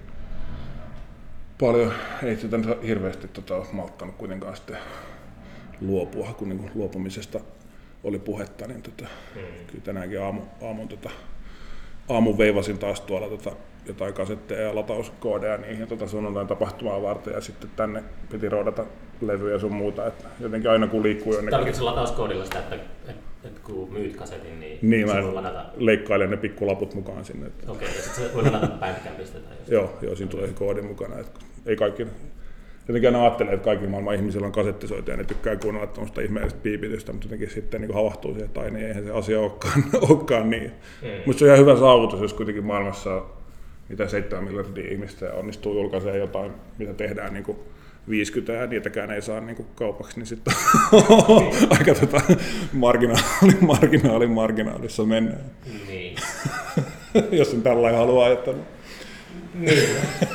paljon ei sitä hirveästi tota, ole malttanut kuitenkaan sitten luopua, kun niinku luopumisesta oli puhetta, niin tota, hmm. kyllä tänäänkin aamu, aamun, tota, aamun veivasin taas tuolla tota, jotain kasetteja ja latauskoodeja niihin tota sunnuntain tapahtumaa varten ja sitten tänne piti roodata levyjä ja sun muuta, että jotenkin aina kun liikkuu jonnekin. Tarvitsetko latauskoodilla sitä, että, että, että kun myyt kasetin, niin, niin mä ladata... leikkailen ne pikkulaput mukaan sinne. Että... Okei, okay, ja sitten voi ladata Bandcampista tai jostain. Joo, joo, siinä tulee se koodi mukana. Että ei kaikki... Jotenkin aina ajattelee, että kaikilla maailman ihmisillä on kasettisoita ja ne tykkää kuunnella tuollaista ihmeellistä piipitystä, mutta jotenkin sitten niin havahtuu siihen, että aina eihän se asia olekaan, olekaan niin. Mm. Mutta se on ihan hyvä saavutus, jos kuitenkin maailmassa on mitä seitsemän miljardia ihmistä ja onnistuu julkaisemaan jotain, mitä tehdään niin kuin viisikymmentä ja niitäkään ei saa niin kuin kaupaksi, niin sitten on aika tota marginaali, marginaali, marginaalissa mennään. Niin. Jos sen tällainen haluaa ajatella. Niin.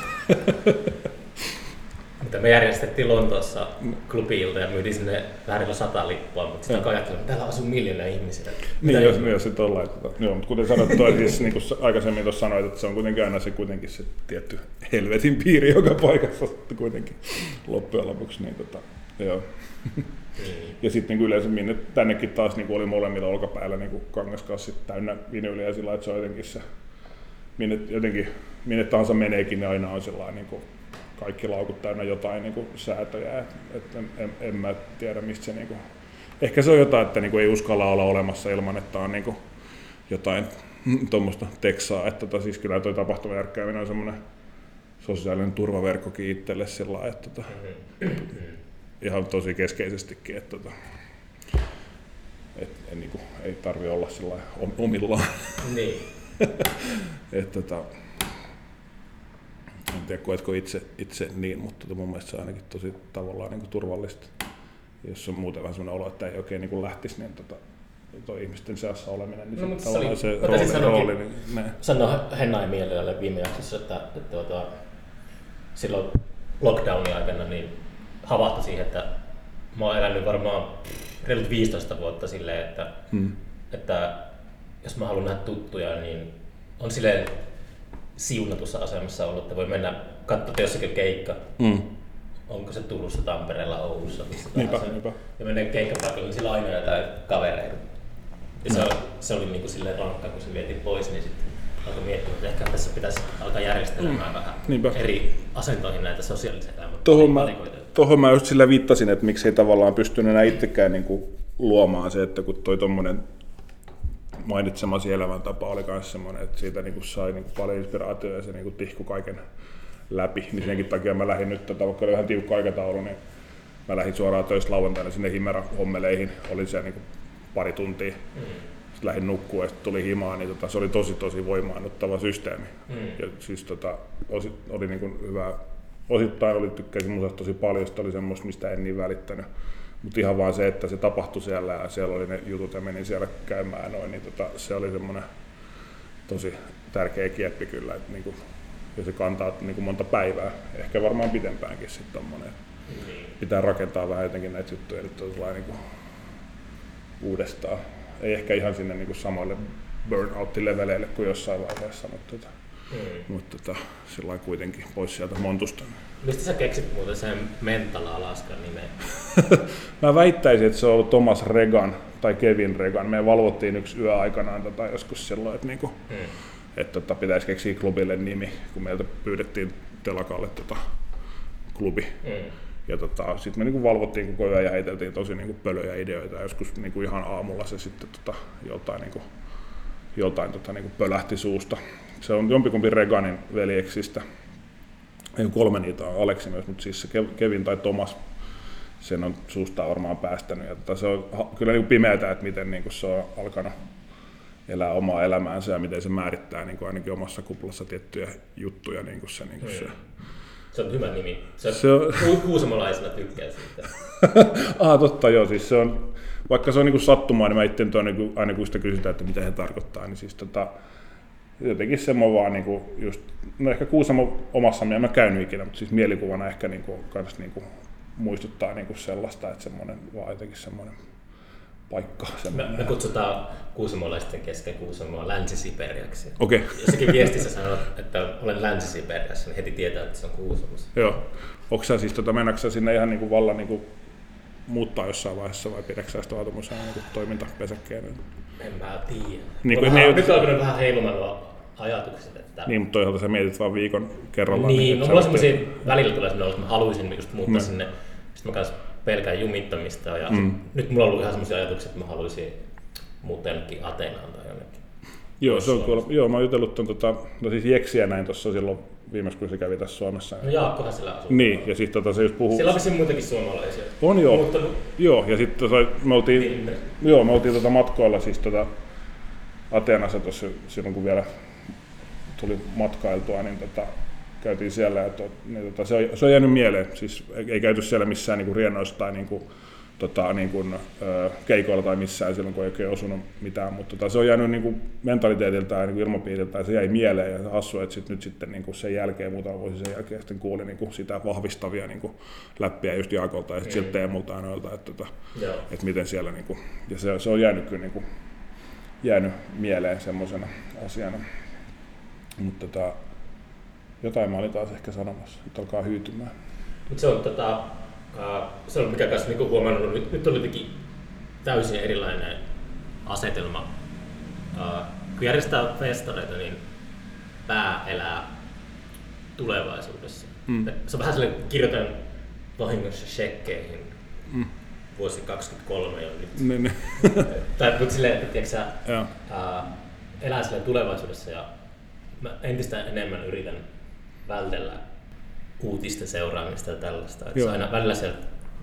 Mutta me järjestettiin Lontoossa klubi-ilta ja myytiin sinne lähdellä sata lippua, mutta sitten ajattelin, että täällä asuu miljoona ihmisiä. Niin, jos myös sitten ollaan. Joo, mutta kuten sanoit, toi, siis, niin kuin aikaisemmin tuossa sanoit, että se on kuitenkin aina se, kuitenkin se tietty helvetin piiri joka paikassa kuitenkin loppujen lopuksi. Niin, tota, joo. Mm. Ja sitten niin yleensä minne, tännekin taas niin oli molemmilla olkapäällä niin kangaskassit täynnä vinyyliä sillä, että se on jotenkin se, minne, jotenkin, minne tahansa meneekin, niin aina on sellainen niin kuin, kaikki laukut täynnä jotain niin kuin säätöjä, et, et en, en, en mä tiedä mistä se, niin kuin, ehkä se on jotain, että niin kuin ei uskalla olla olemassa ilman, että on niin kuin jotain tuommoista teksaa, että tota, siis kyllä toi tapahtumajärkkääminen on semmoinen sosiaalinen turvaverkkokin itselle sillä lailla, että tota, ihan tosi keskeisestikin, että tota, et, en, niin kuin, ei tarvitse olla sillä omillaan. Niin. että tota, en tiedä, koetko itse, itse niin, mutta mun mielestä se on ainakin tosi tavallaan niin kuin turvallista. Jos on muuten vähän sellainen olo, että ei oikein niin kuin lähtisi, niin tota, toi ihmisten seassa oleminen, niin no, se, se, oli, se rooli, siis rooli niin ne. Sanoin Henna Emielialle viime jaksossa, että, että, että, että silloin lockdownin aikana niin havahtui siihen, että mä oon elänyt varmaan reilut viisitoista vuotta silleen, että, mm. että jos mä haluan nähdä tuttuja, niin on silleen siunatussa asemassa ollut, että voi mennä katsoa jossakin keikka. Mm. Onko se Turussa, Tampereella, Oulussa, missä tahansa. Ja mennään keikkapaikalle, niin sillä on aina jotain kavereita. Ja se, on, se oli niinku silleen rankkaa, kun se vietiin pois, niin sitten alkoi miettiä, että ehkä tässä pitäisi alkaa järjestelemään mm. vähän Niinpä. eri asentoihin näitä sosiaalisia elämää. Tuohon mä, tohon mä just sillä viittasin, että miksei tavallaan pystynyt enää itsekään niinku luomaan se, että kun toi tommonen mainitsemasi elämäntapa oli myös semmoinen, että siitä niinku sai niinku paljon inspiraatiota ja se niinku tihku kaiken läpi, niin senkin takia mä lähdin nyt, tota, vaikka oli vähän tiukka aikataulu, niin mä lähdin suoraan töistä lauantaina sinne Himera-hommeleihin, olin siellä niinku pari tuntia, mm. sitten lähdin nukkua ja sitten tuli himaan, niin tota, se oli tosi tosi voimaannuttava systeemi. Mm. Ja siis tota, osi, oli niinku hyvä, osittain oli tykkäsin musasta tosi paljon, sitä oli semmoista, mistä en niin välittänyt. Mutta ihan vaan se, että se tapahtui siellä ja siellä oli ne jutut ja menin siellä käymään noin, niin tota, se oli semmoinen tosi tärkeä kieppi kyllä, että niinku, ja se kantaa niinku monta päivää, ehkä varmaan pitempäänkin sitten tommonen. Mm-hmm. Pitää rakentaa vähän jotenkin näitä juttuja nyt niinku uudestaan. Ei ehkä ihan sinne niinku samalle burnout-leveleille kuin jossain vaiheessa, mutta tota, mm. mut tota, sillä kuitenkin pois sieltä montusta. Mistä sä keksit muuten sen Mental Alaskan nimen? Mä väittäisin, että se on ollut Thomas Regan tai Kevin Regan. Me valvottiin yksi yö aikanaan tota, joskus silloin, että niinku, mm. et, tota, pitäisi keksiä klubille nimi, kun meiltä pyydettiin telakalle tota, klubi. Mm. Ja tota, sitten me niinku valvottiin koko yö ja heiteltiin tosi niinku pölöjä ideoita. Joskus niinku ihan aamulla se sitten tota, joltain, niinku, joltain tota, niinku pölähti suusta. Se on jompikumpi Reganin veljeksistä. Ei kolme niitä on Aleksi myös, mutta siis se Kevin tai Thomas, sen on suustaan varmaan päästänyt. Ja tota, se on kyllä niin pimeätä, että miten niin se on alkanut elää omaa elämäänsä ja miten se määrittää niin ainakin omassa kuplassa tiettyjä juttuja. Niin se, niin se. se on hyvä nimi. Se on, se on... kuusamolaisena tykkää siitä. ah, totta joo. Siis se on, vaikka se on niin sattumaa, niin mä itse niin aina kun sitä kysytään, että mitä he tarkoittaa, niin siis tota, jotenkin semmoinen vaan niinku just, no ehkä Kuusamo omassa mielessä, mä käynyt ikinä, mutta siis mielikuvana ehkä niinku, kans niinku muistuttaa niinku sellaista, että semmoinen vaan jotenkin semmoinen paikka. Me, me kutsutaan kuusamolaisten kesken Kuusamoa Länsi-Siperiaksi. Okei. Okay. Jossakin viestissä sanot, että olen Länsi-Siperiassa, niin heti tietää, että se on Kuusamossa. Joo. Onko sä siis, tota, mennätkö sä sinne ihan niinku vallan niinku muuttaa jossain vaiheessa vai pidätkö sä sitä tuommoisena niinku toimintapesäkkeen? En mä tiedä. Niin, vähän, ne, nyt on alkanut vähän heilumalla ajatukset. Että... Niin, mutta toisaalta sä mietit vaan viikon kerrallaan. Niin, niin no, mulla on semmosia, välillä tulee semmoinen, että mä haluaisin just muuttaa mm. sinne. Sitten mä kanssa pelkään jumittamista. Ja mm. nyt mulla on ollut ihan semmoisia ajatuksia, että mä haluaisin muuttaa jonnekin Ateenaan tai jonnekin. Joo, se on kuulla, joo, mä oon jutellut ton, tota, no siis Jeksiä näin tuossa silloin viimeis, kun se kävi tässä Suomessa. No Jaakkohan sillä asuu. Niin, ja sitten tota, se just puhuu... Siellä on vissiin muitakin suomalaisia. On joo. Mutta... Joo, ja sitten me oltiin, joo, me oltiin tota matkoilla siis tota Ateenassa tuossa silloin, kun vielä tuli matkailtua, niin tota, käytiin siellä. Ja to, niin tota, se, on, se on jäänyt mieleen. Siis ei käyty siellä missään niinku riennoissa tai niinku, tota, niinku, ö, keikoilla tai missään silloin, kun ei oikein osunut mitään. Mutta tota, se on jäänyt niinku mentaliteetiltä ja niinku ilmapiiriltä ja se jäi mieleen. Ja se hassu, että sit, nyt sitten niinku sen jälkeen, muutama vuosi sen jälkeen, sitten kuulin niinku sitä vahvistavia niinku läppiä just Jaakolta ja sitten mm. siltä Teemulta ja noilta, että, tota, että miten siellä... Niinku, ja se, se on jäänyt kyllä... Niinku, jäänyt mieleen semmoisena asiana. Mutta tota, jotain mä olin taas ehkä sanomassa, nyt alkaa hyytymään. Mut se on, tota, uh, se on mikä kanssa niinku huomannut, nyt, nyt on jotenkin täysin erilainen asetelma. Uh, kun järjestää festareita, niin pää elää tulevaisuudessa. Mm. Se on vähän sellainen, kirjoitan vahingossa shekkeihin. Mm. Vuosi kaksikymmentäkolme jo nyt. Ne, ne. Tai mutta silleen, että tiiäksä, ää, elää silleen tulevaisuudessa ja mä entistä enemmän yritän vältellä uutisten seuraamista ja tällaista. Että se aina välillä se,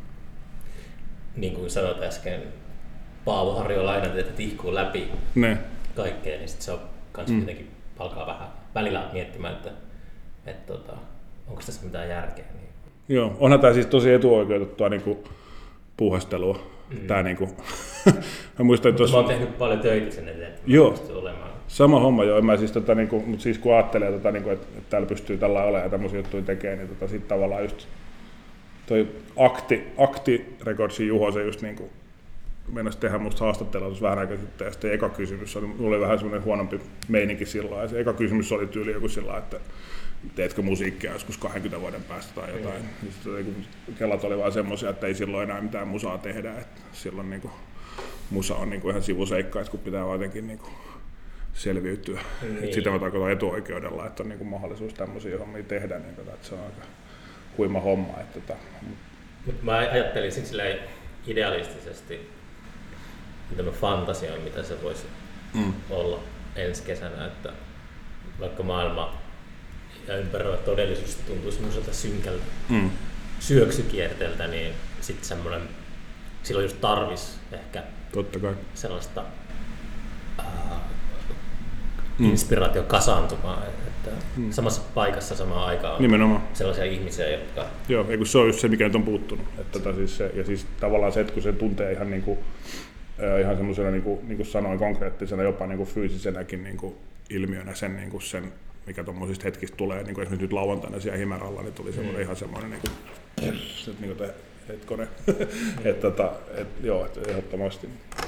niin kuin sanoit äsken, Paavo Harjo-Lainat, että tihkuu läpi ne. Kaikkea, niin sit se on kans mm. jotenkin alkaa vähän välillä miettimään, että, että, että onko tässä mitään järkeä. Niin. Joo, onhan tämä siis tosi etuoikeutettua niin kuin puuhastelua. Mm. Tää niinku mä muistan, että tos... mä oon tehnyt paljon töitä sen eteen, että joo. Pystyy olemaan. Sama homma joo, mä siis tota niinku, mut siis kun ajattelee tota niinku, että, että täällä pystyy tällä olemaan ja tämmöisiä juttuja tekemään, niin tota sit tavallaan just toi Akti, Akti Recordsin Juho, se just niinku mennäisi tehdä musta haastattelua tuossa vähän aikaa sitten, ja sitten eka kysymys oli, mulla oli vähän semmoinen huonompi meininki silloin, ja se eka kysymys oli tyyli joku sillä että teetkö musiikkia joskus kaksikymmentä vuoden päästä tai jotain. Mm. Sitten kelat oli vaan semmoisia, että ei silloin enää mitään musaa tehdä, että silloin niinku musa on niinku ihan sivuseikka, kun pitää jotenkin niinku selviytyä. Niin. Sitä mä tarkoitan etuoikeudella, että on niinku mahdollisuus tämmöisiä hommia tehdä, niin että se on aika huima homma. Että tota. Mä ajattelin silleen idealistisesti, mitä fantasia on, mitä se voisi mm. olla ensi kesänä, että vaikka maailma ja ympäröivä todellisuus tuntuu semmoiselta synkältä mm. syöksykierteeltä, niin sitten semmoinen, silloin just tarvis ehkä Totta kai. sellaista äh, mm. inspiraation kasaantumaa, että mm. samassa paikassa samaan aikaan Nimenomaan. sellaisia ihmisiä, jotka... Joo, eikö se on just se, mikä nyt on puuttunut. Että tota siis se, ja siis tavallaan se, että kun se tuntee ihan, niin kuin, ihan semmoisena, niin kuin, niin kuin sanoin, konkreettisena, jopa niin kuin fyysisenäkin niin kuin ilmiönä sen, niin kuin sen, mikä tuommoisista hetkistä tulee, niin kuin esimerkiksi nyt lauantaina siellä Himeralla, niin tuli semmoinen mm. ihan semmoinen, niin kuin, että niin kuin te, hetkonen, mm. että tota, et, joo, et, ehdottomasti.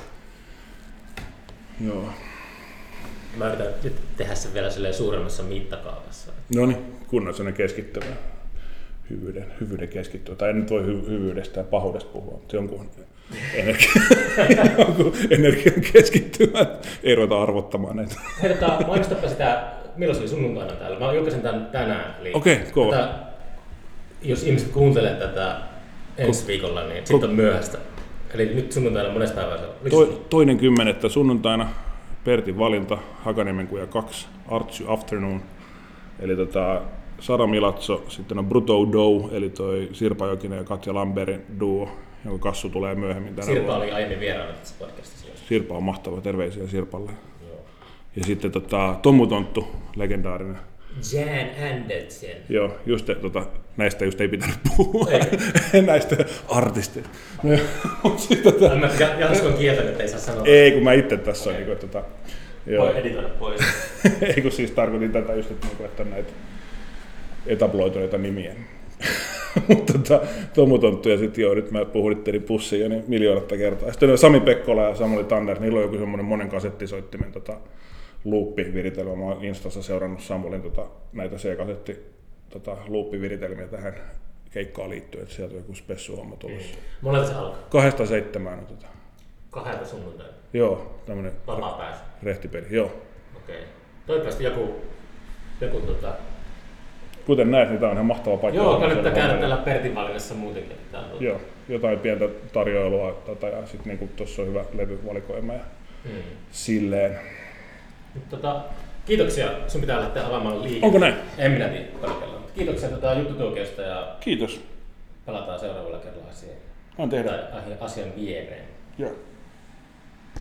Joo. Mä yritän nyt tehdä sen vielä suuremmassa mittakaavassa. No niin, kunnon sellainen keskittymä, hyvyyden, hyvyyden keskittymä. Tai en nyt voi hy- hyvyydestä ja pahuudesta puhua, mutta jonkun energian, jonkun energian keskittymä. Ei ruveta arvottamaan näitä. Hei, tota, mainostapa sitä, milloin se oli sunnuntaina täällä? Mä julkaisen tämän tänään. Okei, okay, kova. Tätä, jos ihmiset kuuntelee tätä ensi viikolla, niin sitten on myöhäistä. Eli nyt sunnuntaina monesta päivää se on? To, toinen kymmenettä sunnuntaina. Pertin valinta, Hakaniemenkuja kaksi, Artsy Afternoon, eli tota, Sara Milatso, sitten on Bruto Doe, eli toi Sirpa Jokinen ja Katja Lamberin duo, jonka kassu tulee myöhemmin tänä Sirpa vuonna. oli aiemmin vieraana tässä podcastissa. Sirpa on mahtava, terveisiä Sirpalle. Joo. Ja sitten tota, Tommu Tonttu, legendaarinen. Jan Andersen. Joo, just tota, näistä just ei pitänyt puhua, näistä artisteista. tota... Mä Jaskon kieltänyt, että ei saa sanoa. Ei, kun mä itse tässä okay. on. Niin, tota, voi editoida pois. Ei, kun siis tarkoitin tätä just, että, että näitä etabloituneita nimiä. Mutta tota, Tommu Tonttu ja sitten joo, nyt mä puhuttelin pussia jo niin miljoonatta kertaa. Sitten on Sami Pekkola ja Samuli Tanner, niillä on joku semmoinen monen kasettisoittimen tota, luuppiviritelmä. Mä oon Instassa seurannut Samulin tota, näitä C-kasetti tota, luuppiviritelmiä tähän keikkaan liittyen, että sieltä on joku spessuhomma tulossa. Mm. Monelta se alkaa? Kahdesta seitsemään on tota. Kahdelta sunnuntaina? Joo, tämmönen vapaa pääsy. Rehtipeli, joo. Okei. Okay. Toivottavasti joku, joku tota... Kuten näet, niin tää on ihan mahtava paikka. Joo, kannattaa käydä täällä Pertin valinnassa muutenkin. Tää, tuota... Joo, jotain pientä tarjoilua tota, ja sitten niinku tuossa on hyvä levyvalikoima ja hmm. silleen. Tota, kiitoksia, sun pitää lähteä avaamaan liikettä. Onko näin? En minä tiedä paikalla. Kiitoksia tota, juttutuokiosta ja kiitos. Palataan seuraavalla kerralla siihen. On tehdä. Tai asian viereen. Joo.